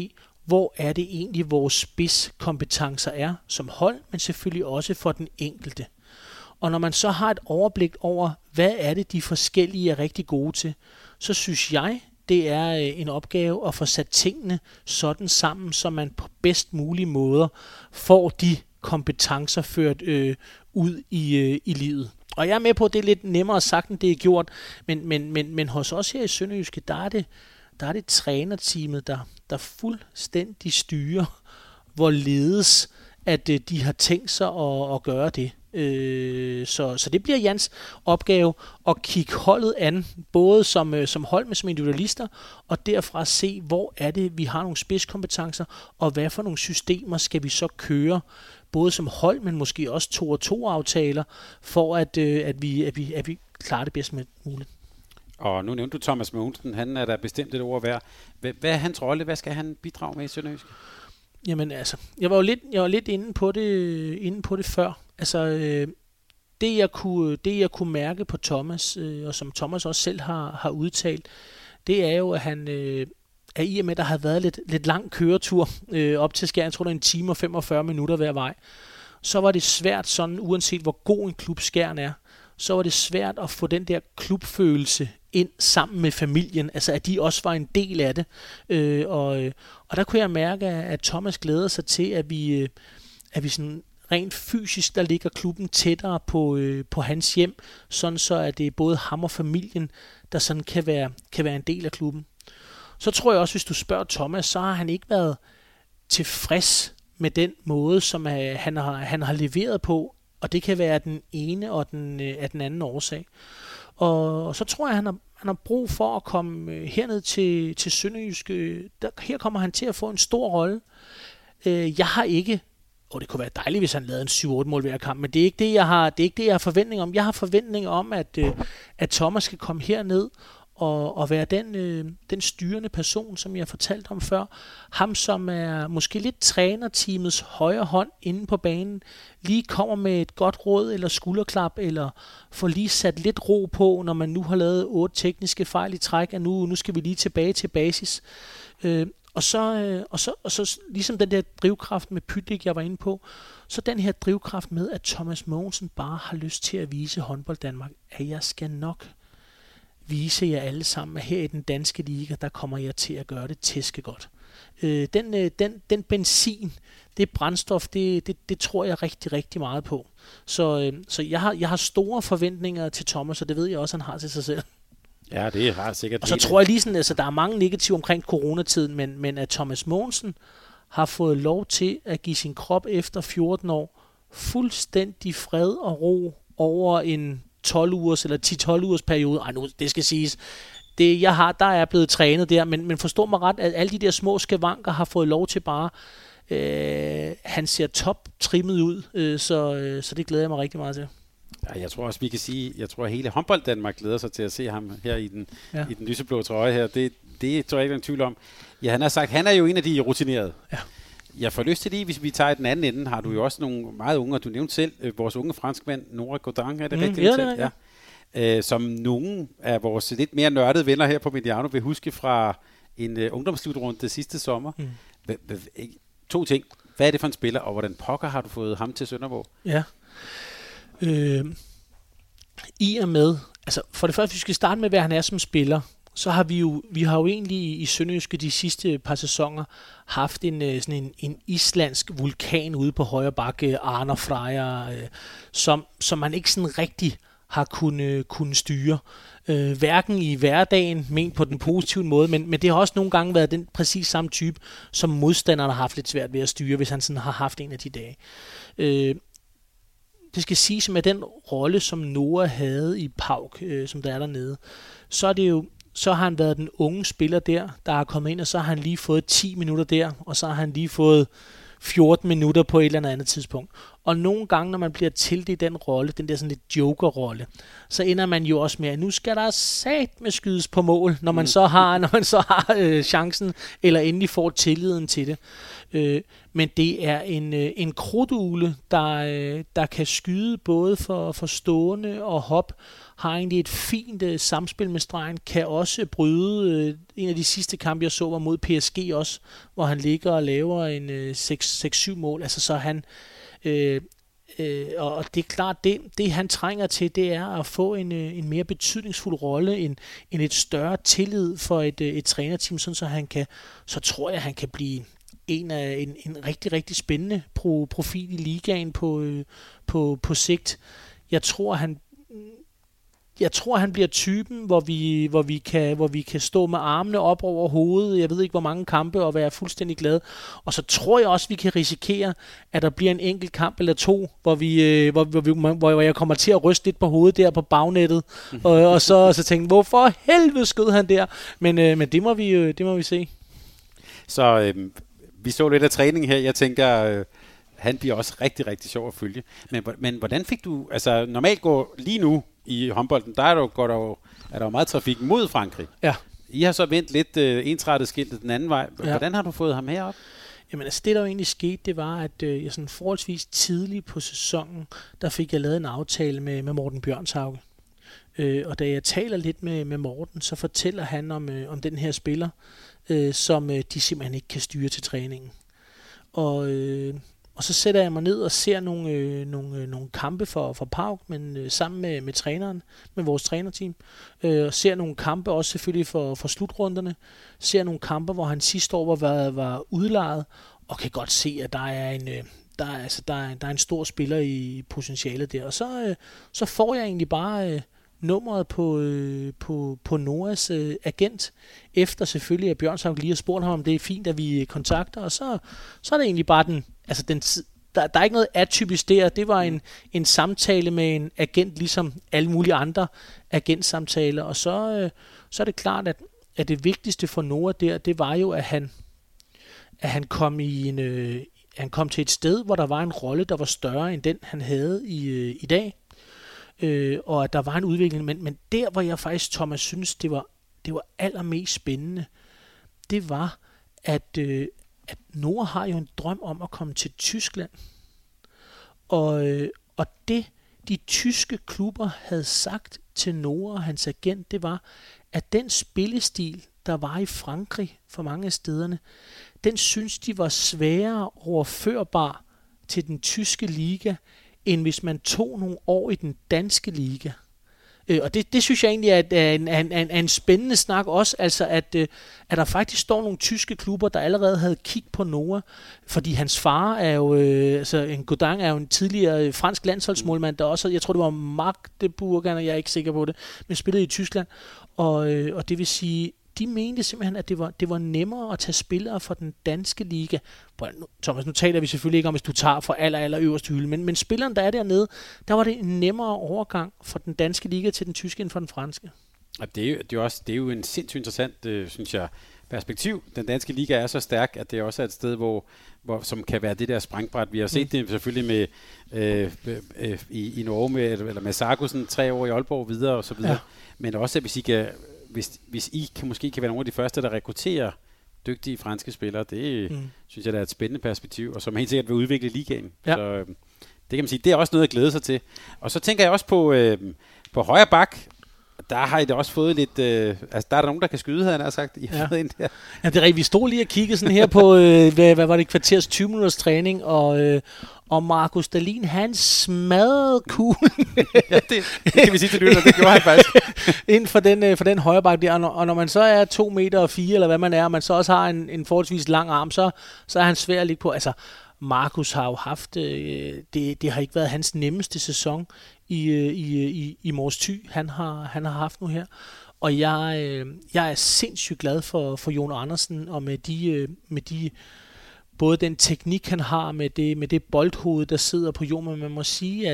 hvor er det egentlig, vores spidskompetencer er som hold, men selvfølgelig også for den enkelte. Og når man så har et overblik over, hvad er det, de forskellige er rigtig gode til, så synes jeg, det er en opgave at få sat tingene sådan sammen, så man på bedst mulige måder får de kompetencer ført ud i livet. Og jeg er med på, at det er lidt nemmere sagt, end det er gjort, men hos os her i Sønderjyske, der er det trænerteamet, der fuldstændig styrer, hvorledes at de har tænkt sig at gøre det. Så det bliver Jans opgave at kigge holdet an, både som hold med som individualister, og derfra se, hvor er det, vi har nogle spidskompetencer, og hvad for nogle systemer skal vi så køre, både som hold, men måske også 2-2-aftaler, for at vi klarer det bedst muligt. Og nu nævnte du Thomas Mogensen, han er der bestemt et ord værd. Hvad er hans rolle? Hvad skal han bidrage med i Sønderjysk? Jamen altså, jeg var lidt inde på det før. Altså, det jeg kunne mærke på Thomas, og som Thomas også selv har udtalt, det er jo, at han at i og med, der har været lidt lang køretur op til Skjern, jeg tror det er 1 time og 45 minutter hver vej, så var det svært sådan, uanset hvor god en klub Skjern er, så var det svært at få den der klubfølelse ind sammen med familien, altså at de også var en del af det. Og der kunne jeg mærke, at Thomas glæder sig til, at vi sådan rent fysisk, der ligger klubben tættere på hans hjem, sådan så at det er både ham og familien, der sådan kan være en del af klubben. Så tror jeg også, hvis du spørger Thomas, så har han ikke været tilfreds med den måde, som han har leveret på, og det kan være den ene og den anden årsag. Og så tror jeg, han har brug for at komme herned til Sønderjyske. Her kommer han til at få en stor rolle. Jeg har ikke, det kunne være dejligt, hvis han lavede en 7-8 mål hver kamp, men det er ikke det, jeg har forventning om. Jeg har forventning om, at Thomas skal komme herned og være den styrende person, som jeg fortalte om før. Ham, som er måske lidt trænerteamets højre hånd inde på banen, lige kommer med et godt råd eller skulderklap, eller får lige sat lidt ro på, når man nu har lavet 8 tekniske fejl i træk, at nu skal vi lige tilbage til basis. Og så ligesom den der drivkraft med Pytlik, jeg var inde på, så den her drivkraft med, at Thomas Mogensen bare har lyst til at vise håndbold Danmark, at jeg skal nok vise jer alle sammen, at her i den danske liga, der kommer jeg til at gøre det tæskegodt. Den benzin, det brændstof, det tror jeg rigtig, rigtig meget på. Så jeg har store forventninger til Thomas, og det ved jeg også, han har til sig selv. Ja, det har sikkert. Og så tror jeg lige sådan, altså der er mange negativer omkring coronatiden, men at Thomas Mogensen har fået lov til at give sin krop efter 14 år fuldstændig fred og ro over en 12 ugers eller 10-12 ugers periode. Ej, nu, det skal siges. Det jeg har, der er blevet trænet der, men forstå mig ret, at alle de der små skavanker har fået lov til bare, han ser top trimmet ud, så det glæder jeg mig rigtig meget til. Ja, jeg tror også, vi kan sige, jeg tror, at hele håndbold Danmark glæder sig til at se ham her i den lyseblå trøje her. Det tror jeg ikke, der er en tvivl om. Ja, han har sagt, han er jo en af de rutinerede. Ja. Jeg får lyst til det, hvis vi tager den anden ende, har du jo også nogle meget unge, og du nævnte selv, vores unge franskmand, Nora Godin, er det rigtigt? Ja, det er. Ja. Som nogle af vores lidt mere nørdede venner her på Mediano vil huske fra en ungdomsslutrunde sidste sommer. 2 ting. Hvad er det for en spiller, og hvordan pokker har du fået ham til Sønderborg? Ja. I og med, altså for det første, vi skal starte med, hvad han er som spiller, så har vi har jo egentlig i Sønderjyske de sidste par sæsoner haft sådan en islandsk vulkan ude på højre bakke, Arne Freja, som man ikke sådan rigtig har kunne styre. Hverken i hverdagen, ment på den positive måde, men det har også nogle gange været den præcis samme type, som modstanderne har haft lidt svært ved at styre, hvis han sådan har haft en af de dage. Det skal siges med den rolle, som Noah havde i PAOK, som der er dernede, så har han været den unge spiller der har kommet ind, og så har han lige fået 10 minutter der, og så har han lige fået 14 minutter på et eller andet tidspunkt. Og nogle gange, når man bliver tildelt den rolle, den der sådan lidt joker-rolle, så ender man jo også med, at nu skal der satme skydes på mål, når man så har chancen, eller endelig får tilliden til det. Men det er en krudtugle, der kan skyde både for stående og hop, har egentlig et fint samspil med stregen, kan også bryde. En af de sidste kampe, jeg så, var mod PSG også, hvor han ligger og laver en 6-7 mål. Altså så han... og det er klart, det han trænger til, det er at få en mere betydningsfuld rolle, en et større tillid for et trænerteam, sådan så tror jeg, han kan blive en rigtig, rigtig spændende profil i ligaen på sigt. Jeg tror, han bliver typen, hvor vi kan stå med armene op over hovedet, jeg ved ikke hvor mange kampe, og være fuldstændig glad. Og så tror jeg også, vi kan risikere, at der bliver en enkelt kamp eller to, hvor jeg kommer til at ryste lidt på hovedet der på bagnettet, og så tænke, hvorfor helvede skød han der? Men det må vi se. Så vi så lidt af træningen her. Jeg tænker, han bliver også rigtig, rigtig sjov at følge. Men hvordan fik du, altså normalt går lige nu i håndbolden, der er der jo meget trafik mod Frankrig. Ja. I har så vendt lidt ensrettet skiltet den anden vej. Hvordan har du fået ham herop? Jamen altså det, der jo egentlig skete, det var, at jeg sådan forholdsvis tidligt på sæsonen, der fik jeg lavet en aftale med Morten Bjørnshauge. Og da jeg taler lidt med Morten, så fortæller han om den her spiller, som de simpelthen ikke kan styre til træningen. Og så sætter jeg mig ned og ser nogle kampe for PAOK, men sammen med træneren, med vores trænerteam. Og ser nogle kampe også selvfølgelig for slutrunderne. Ser nogle kampe, hvor han sidste år var udlejet, og kan godt se, at der er en stor spiller i potentialet der. Og så får jeg egentlig bare nummeret på Noahs agent, efter selvfølgelig, at Bjørnshauge lige har spurgt ham, om det er fint, at vi kontakter, og så er det egentlig bare der er ikke noget atypisk der. Det var en samtale med en agent, ligesom alle mulige andre agentsamtaler, og så er det klart, at det vigtigste for Noah der, det var jo, at han kom han kom til et sted, hvor der var en rolle, der var større end den, han havde i dag. Og at der var en udvikling, men der, hvor jeg faktisk, Thomas, synes, det var allermest spændende, det var, at Noah har jo en drøm om at komme til Tyskland, og det, de tyske klubber havde sagt til Noah og hans agent, det var, at den spillestil, der var i Frankrig for mange af stederne, den synes de var sværere overførbar til den tyske liga, end hvis man tog nogle år i den danske liga. Og det synes jeg egentlig er en spændende snak også, altså at der faktisk står nogle tyske klubber, der allerede havde kigget på Noah, fordi hans far er jo, en Godin er jo en tidligere fransk landsholdsmålmand, der også, jeg tror det var Magdeburg, jeg er ikke sikker på det, men spillede i Tyskland, og det vil sige, de mente simpelthen, at det var nemmere at tage spillere fra den danske liga. Thomas, nu taler vi selvfølgelig ikke om, hvis du tager fra aller øverste hylde, men spilleren, der er dernede, der var det en nemmere overgang fra den danske liga til den tyske end fra den franske. Og det er jo en sindssygt interessant, synes jeg, perspektiv. Den danske liga er så stærk, at det også er et sted, hvor som kan være det der springbræt. Vi har set det selvfølgelig med i Norge med Sargussen 3 år i Aalborg videre og så videre. Ja. Men også, at hvis I måske kan være nogle af de første, der rekrutterer dygtige franske spillere, det synes jeg, der er et spændende perspektiv, og som helt sikkert vil udvikle ligaen. Ja. Så det kan man sige, det er også noget at glæde sig til. Og så tænker jeg også på højre bak. Der har I da også fået lidt... der er der nogen, der kan skyde, havde jeg sagt. Ja, det er rigtigt. Vi stod lige og kiggede sådan her på, hvad var det, kvarters 20 minutters træning, og Markus Dahlin, han smadrede kuglen. Ja, det kan vi sige til lytter, det gjorde han faktisk. Inden for den højre bak der, og når man så er 2,4 meter, eller hvad man er, og man så også har en forholdsvis lang arm, så er han svær at ligge på. Altså, Markus har jo haft... Det har ikke været hans nemmeste sæson i Mors Thy, han har haft nu her. Og jeg er sindssygt glad for Jon Andersen, og med de både den teknik, han har, med det boldhoved, der sidder på jorden. Men man må sige,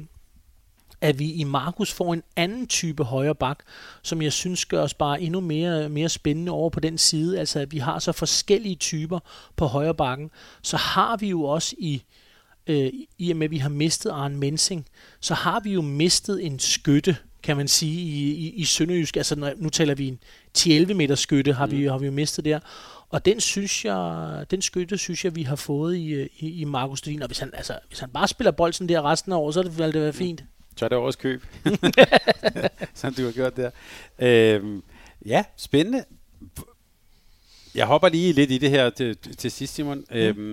at vi i Markus får en anden type højre bak, som jeg synes gør os bare endnu mere spændende over på den side. Altså, at vi har så forskellige typer på højre bakken. Så har vi jo også i og med, at vi har mistet Arne Mensing, så har vi jo mistet en skytte, kan man sige, i Sønderjysk. Altså, nu taler vi en 10-11 meter skytte, har vi jo mistet der. Og den skytte synes jeg, vi har fået i Markus Dahlin. Og hvis han bare spiller bold sådan der resten af året, så vil det være fint. Så er det årets køb, som du har gjort der. Ja, spændende. Jeg hopper lige lidt i det her til sidst, Simon.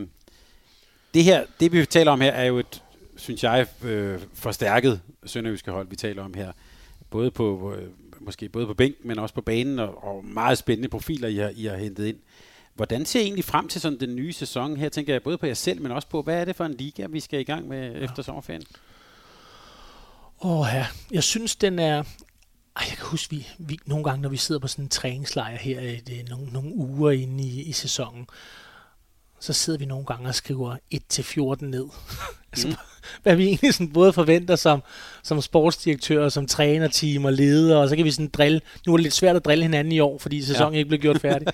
Det vi taler om her, er jo et, synes jeg, forstærket sønderjyske hold, vi taler om her. Måske både på bænken, men også på banen, og meget spændende profiler, I har hentet ind. Hvordan ser I egentlig frem til sådan den nye sæson? Her tænker jeg både på jer selv, men også på, hvad er det for en liga, vi skal i gang med efter sommerferien? Jeg synes, den er... Jeg kan huske, vi nogle gange, når vi sidder på sådan en træningslejr her, nogle uger inde i sæsonen, så sidder vi nogle gange og skriver 1-14 ned. Altså, hvad vi egentlig sådan både forventer som sportsdirektør, som trænerteam og leder, og så kan vi sådan drille. Nu er det lidt svært at drille hinanden i år, fordi sæsonen ikke blev gjort færdig.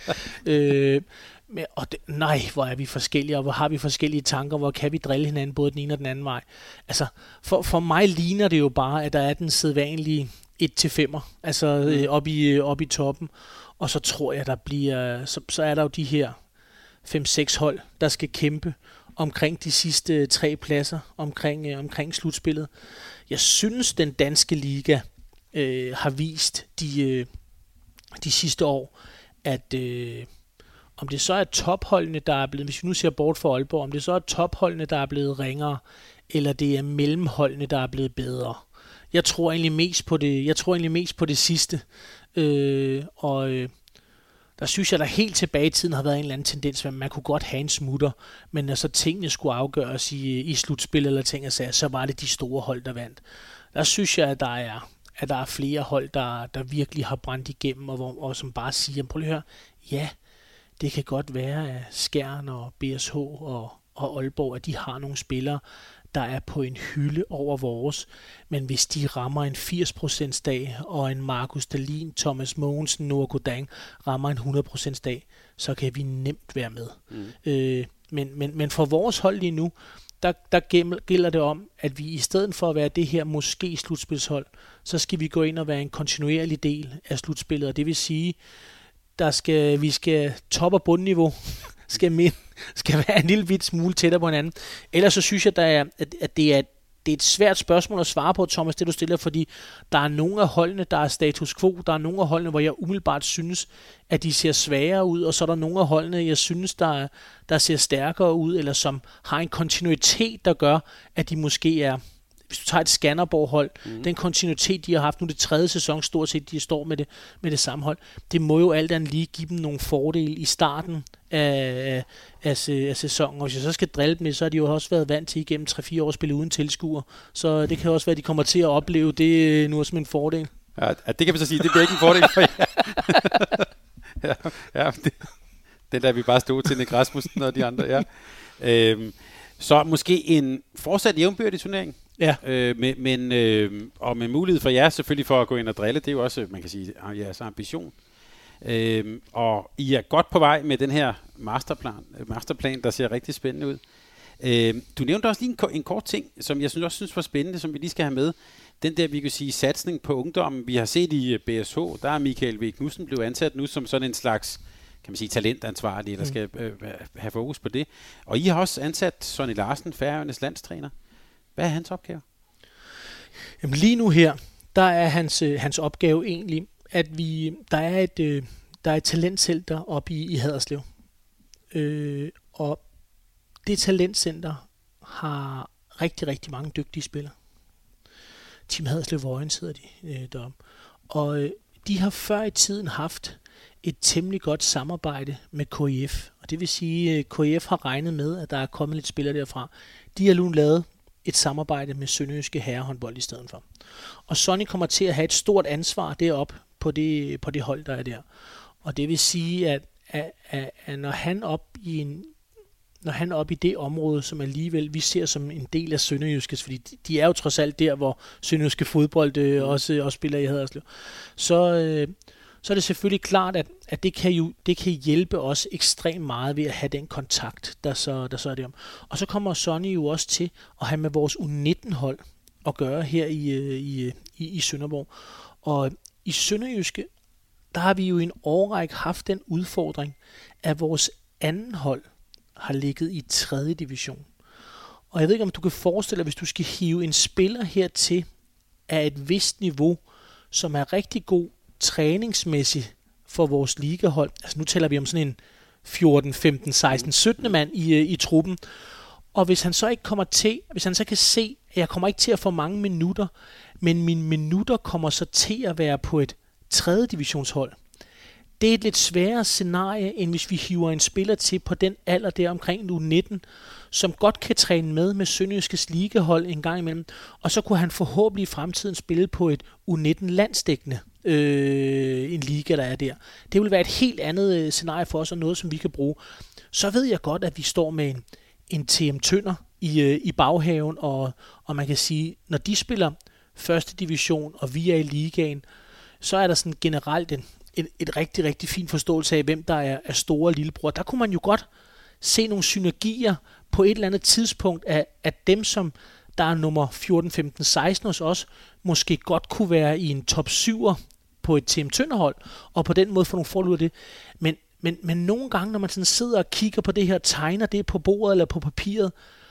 Hvor er vi forskellige, og hvor har vi forskellige tanker, hvor kan vi drille hinanden både den ene og den anden vej. Altså, for mig ligner det jo bare, at der er den sædvanlige 1-5'er, altså op i toppen, og så tror jeg, der bliver, så er der jo de her 5-6 hold, der skal kæmpe omkring de sidste 3 pladser, omkring slutspillet. Jeg synes, den danske liga har vist de sidste år, at om det så er topholdene, der er blevet, hvis vi nu ser bort for Aalborg, om det så er topholdene, der er blevet ringere, eller det er mellemholdene, der er blevet bedre. Jeg tror egentlig mest på det sidste. Der synes jeg, der helt tilbage i tiden har været en eller anden tendens, at man kunne godt have en smutter, men når så tingene skulle afgøres i slutspil eller ting, så var det de store hold, der vandt. Der synes jeg, at der er flere hold, der virkelig har brændt igennem, og som bare siger, prøv lige at høre, ja, det kan godt være, at Skjern og BSH og Aalborg, at de har nogle spillere, der er på en hylde over vores, men hvis de rammer en 80% dag, og en Markus Dahlin, Thomas Mogensen, Noah Godang rammer en 100% dag, så kan vi nemt være med. Men for vores hold lige nu, der gælder det om, at vi i stedet for at være det her måske slutspilshold, så skal vi gå ind og være en kontinuerlig del af slutspillet, og det vil sige, vi skal top- og bundniveau, skal være en lille bit smule tættere på hinanden. Ellers så synes jeg, at det er et svært spørgsmål at svare på, Thomas, det du stiller, fordi der er nogle af holdene, der er status quo, der er nogle af holdene, hvor jeg umiddelbart synes, at de ser svagere ud, og så er der nogle af holdene, jeg synes, der ser stærkere ud, eller som har en kontinuitet, der gør, at de måske er, hvis du tager et Skanderborg-hold, den kontinuitet, de har haft, nu det 3. sæson, stort set, de står med det samme hold, det må jo alt andet lige give dem nogle fordele i starten af sæsonen. Og hvis jeg så skal drille dem, så har de jo også været vant til igennem 3-4 år at spille uden tilskuer, så det kan også være, at de kommer til at opleve det nu som en fordel. Ja, det kan vi så sige, det bliver ikke en fordel for jer. Det der vi bare stod til Nick Rasmussen og de andre, så måske en fortsat jævnbyrdig turnering. Ja. Og med mulighed for jer selvfølgelig for at gå ind og drille, det er jo også, man kan sige, jeres ambition. Og I er godt på vej med den her masterplan, der ser rigtig spændende ud. Du nævnte også lige en kort ting, som jeg også synes var spændende, som vi lige skal have med. Den der, vi kan sige, satsning på ungdommen. Vi har set i BSH, der er Michael V. Knudsen blevet ansat nu som sådan en slags, kan man sige, talentansvarlig, der skal have fokus på det. Og I har også ansat Sonny Larsen, Færøernes landstræner. Hvad er hans opgave? Jamen lige nu her, der er hans opgave egentlig, at der er et talentcenter oppe i Haderslev. Og det talentcenter har rigtig, rigtig mange dygtige spillere. Team Haderslev Vojens hedder de deroppe. Og de har før i tiden haft et temmelig godt samarbejde med KIF. Og det vil sige, at KIF har regnet med, at der er kommet lidt spillere derfra. De har nu lavet et samarbejde med sønderjyske herrehåndbold i stedet for. Og Sonny kommer til at have et stort ansvar deroppe på det hold, der er der. Og det vil sige, at når han op i det område, som alligevel vi ser som en del af Sønderjyskes, fordi de er jo trods alt der, hvor Sønderjyske fodbold også spiller i Haderslev, så er det selvfølgelig klart, at det kan hjælpe os ekstremt meget ved at have den kontakt, der så er det om. Og så kommer Sonny jo også til at have med vores U19-hold at gøre her i Sønderborg. Og i Sønderjyske, der har vi jo i en årrække haft den udfordring, at vores anden hold har ligget i 3. division. Og jeg ved ikke, om du kan forestille dig, hvis du skal hive en spiller hertil af et vist niveau, som er rigtig god træningsmæssigt for vores ligahold. Altså nu taler vi om sådan en 14, 15, 16, 17 mand i truppen. Og hvis han så ikke kommer til, hvis han så kan se, at jeg kommer ikke til at få mange minutter, men mine minutter kommer så til at være på et 3. divisionshold. Det er et lidt sværere scenarie, end hvis vi hiver en spiller til på den alder der omkring U19, som godt kan træne med Sønderjyskes ligahold en gang imellem, og så kunne han forhåbentlig i fremtiden spille på et U19-landsdækkende en liga, der er der. Det vil være et helt andet scenarie for os, og noget, som vi kan bruge. Så ved jeg godt, at vi står med en TM Tønder i baghaven, og man kan sige, når de spiller 1. division, og vi er i ligaen, så er der sådan generelt et rigtig, rigtig fin forståelse af, hvem der er store lillebror. Der kunne man jo godt se nogle synergier på et eller andet tidspunkt at dem, som der er nummer 14, 15, 16 hos os, måske godt kunne være i en top 7'er på et TM Tønderhold, og på den måde få nogle fordele af det. Men nogle gange, når man sådan sidder og kigger på det her, tegner det på bordet eller på papiret,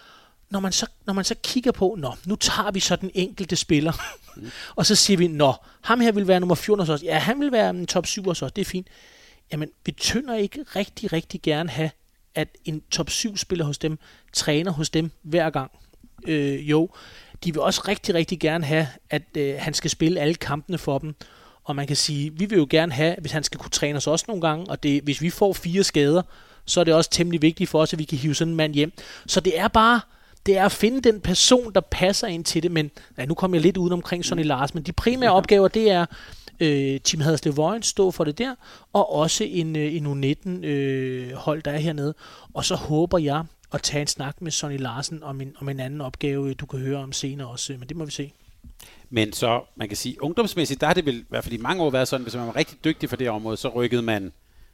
når man så kigger på, nu tager vi så den enkelte spiller, og så siger vi, ham her vil være nummer 14 hos os. Ja, han vil være en top 7 hos os, det er fint. Jamen, vi Tønder ikke rigtig, rigtig gerne have, at en top 7 spiller hos dem, træner hos dem hver gang. Jo, de vil også rigtig, rigtig gerne have, at han skal spille alle kampene for dem. Og man kan sige, vi vil jo gerne have, hvis han skal kunne træne os også nogle gange, og hvis vi får 4 skader, så er det også temmelig vigtigt for os, at vi kan hive sådan en mand hjem. Så det er at finde den person, der passer ind til det, men nu kommer jeg lidt uden omkring Sonny Larsen, men de primære opgaver, det er Team Haderslev Vojens står for det der, og også en U19 hold, der er hernede. Og så håber jeg at tage en snak med Sonny Larsen om en anden opgave, du kan høre om senere også, men det må vi se. Men så, man kan sige, ungdomsmæssigt, der har det vel i hvert fald i mange år været sådan, hvis man var rigtig dygtig for det område, så rykkede man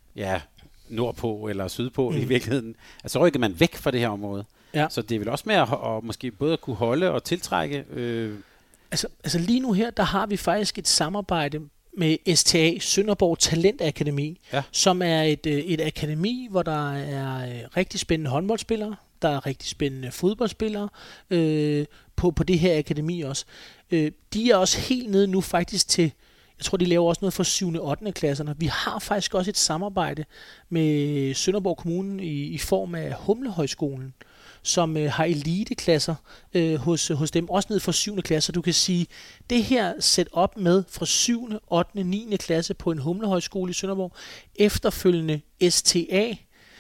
nordpå eller sydpå i virkeligheden. Altså så rykkede man væk fra det her område. Ja. Så det er vel også med at måske både at kunne holde og tiltrække. Altså lige nu her, der har vi faktisk et samarbejde med STA, Sønderborg Talentakademi, som er et akademi, hvor der er rigtig spændende håndboldspillere, der er rigtig spændende fodboldspillere på det her akademi også. De er også helt nede nu faktisk til, jeg tror, de laver også noget for 7. og 8. klasserne. Vi har faktisk også et samarbejde med Sønderborg Kommune i form af Humlehøjskolen, som har eliteklasser hos dem, også ned fra 7. klasse. Du kan sige, det her set op med fra 7., 8., 9. klasse på en Humlehøjskole i Sønderborg, efterfølgende STA,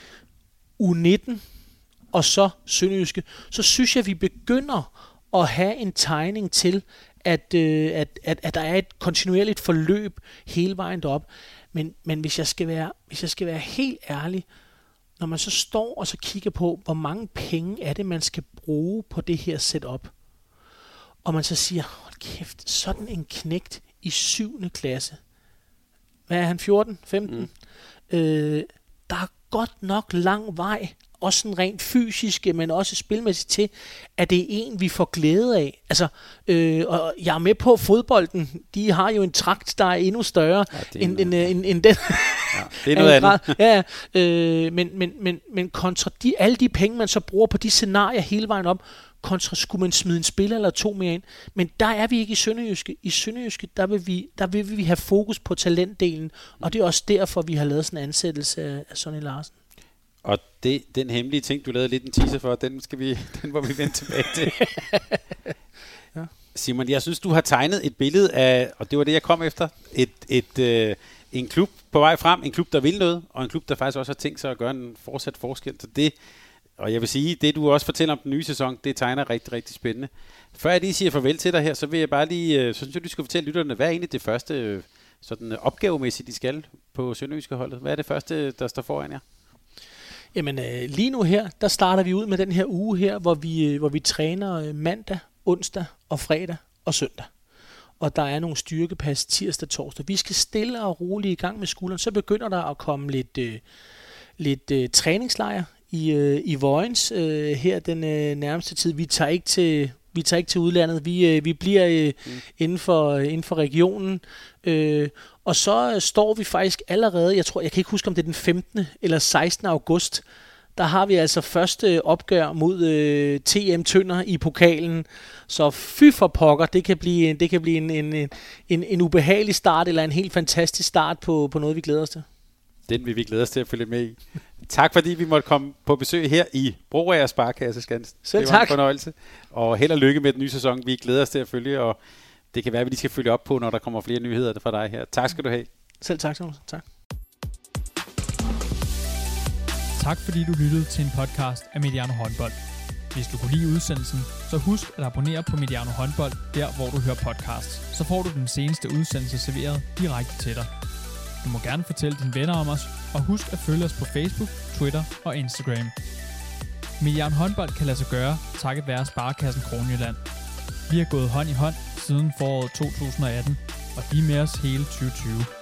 U19 og så Sønderjyske, så synes jeg, vi begynder at have en tegning til, at der er et kontinuerligt forløb hele vejen derop. Men hvis jeg skal være helt ærlig, når man så står og så kigger på, hvor mange penge er det, man skal bruge på det her setup, og man så siger, hold kæft, sådan en knægt i 7. klasse, hvad er han, 14, 15? Der er godt nok lang vej, også sådan rent fysisk, men også spilmæssigt til, at det er en, vi får glæde af. Altså, og jeg er med på fodbolden. De har jo en trakt, der er endnu større end den. Ja, det er noget andet. Men kontra alle de penge, man så bruger på de scenarier hele vejen op, kontra skulle man smide en spiller eller 2 mere ind. Men der er vi ikke i Sønderjyske. I Sønderjyske, der vil vi have fokus på talentdelen, og det er også derfor, vi har lavet sådan en ansættelse af Sonny Larsen. Og den hemmelige ting, du lavede lidt en teaser for, den må vi vende tilbage til. Ja. Simon, jeg synes, du har tegnet et billede af, og det var det, jeg kom efter, en klub på vej frem, en klub, der vil noget, og en klub, der faktisk også har tænkt sig at gøre en fortsat forskel. Så det, og jeg vil sige, det du også fortæller om den nye sæson, det tegner rigtig, rigtig spændende. Før jeg lige siger farvel til dig her, så vil jeg bare lige, så synes jeg, du skal fortælle lytterne, hvad er egentlig det første sådan opgavemæssigt, de skal på Sønderjyske holdet? Hvad er det første, der står foran jer? Jamen lige nu her, der starter vi ud med den her uge her, hvor vi træner mandag, onsdag og fredag og søndag. og der er nogle styrkepas tirsdag og torsdag. Vi skal stille og roligt i gang med skulderen. Så begynder der at komme lidt træningslejr i Vojens her den nærmeste tid. Vi tager ikke til udlandet. Vi bliver inden for regionen. Og så står vi faktisk allerede, jeg kan ikke huske, om det er den 15. eller 16. august, der har vi altså første opgør mod TM Tønder i pokalen. Så fy for pokker, det kan blive en ubehagelig start, eller en helt fantastisk start på noget, vi glæder os til. Den vil vi glæde os til at følge med i. Tak fordi vi måtte komme på besøg her i Broager Sparekasse Skansen. Selv tak. Det var tak. en fornøjelse. Og held og lykke med den nye sæson. Vi glæder os til at følge, og det kan være, at vi lige skal følge op på, når der kommer flere nyheder fra dig her. Tak skal du have. Selv tak, Thomas. Tak. Tak fordi du lyttede til en podcast af Mediano Håndbold. Hvis du kunne lide udsendelsen, så husk at abonnere på Mediano Håndbold, der hvor du hører podcasts. Så får du den seneste udsendelse serveret direkte til dig. Du må gerne fortælle dine venner om os, og husk at følge os på Facebook, Twitter og Instagram. Mediano Håndbold kan lade sig gøre, takket være Sparekassen Kronjylland. Vi har gået hånd i hånd siden foråret 2018, og de er med os hele 2020.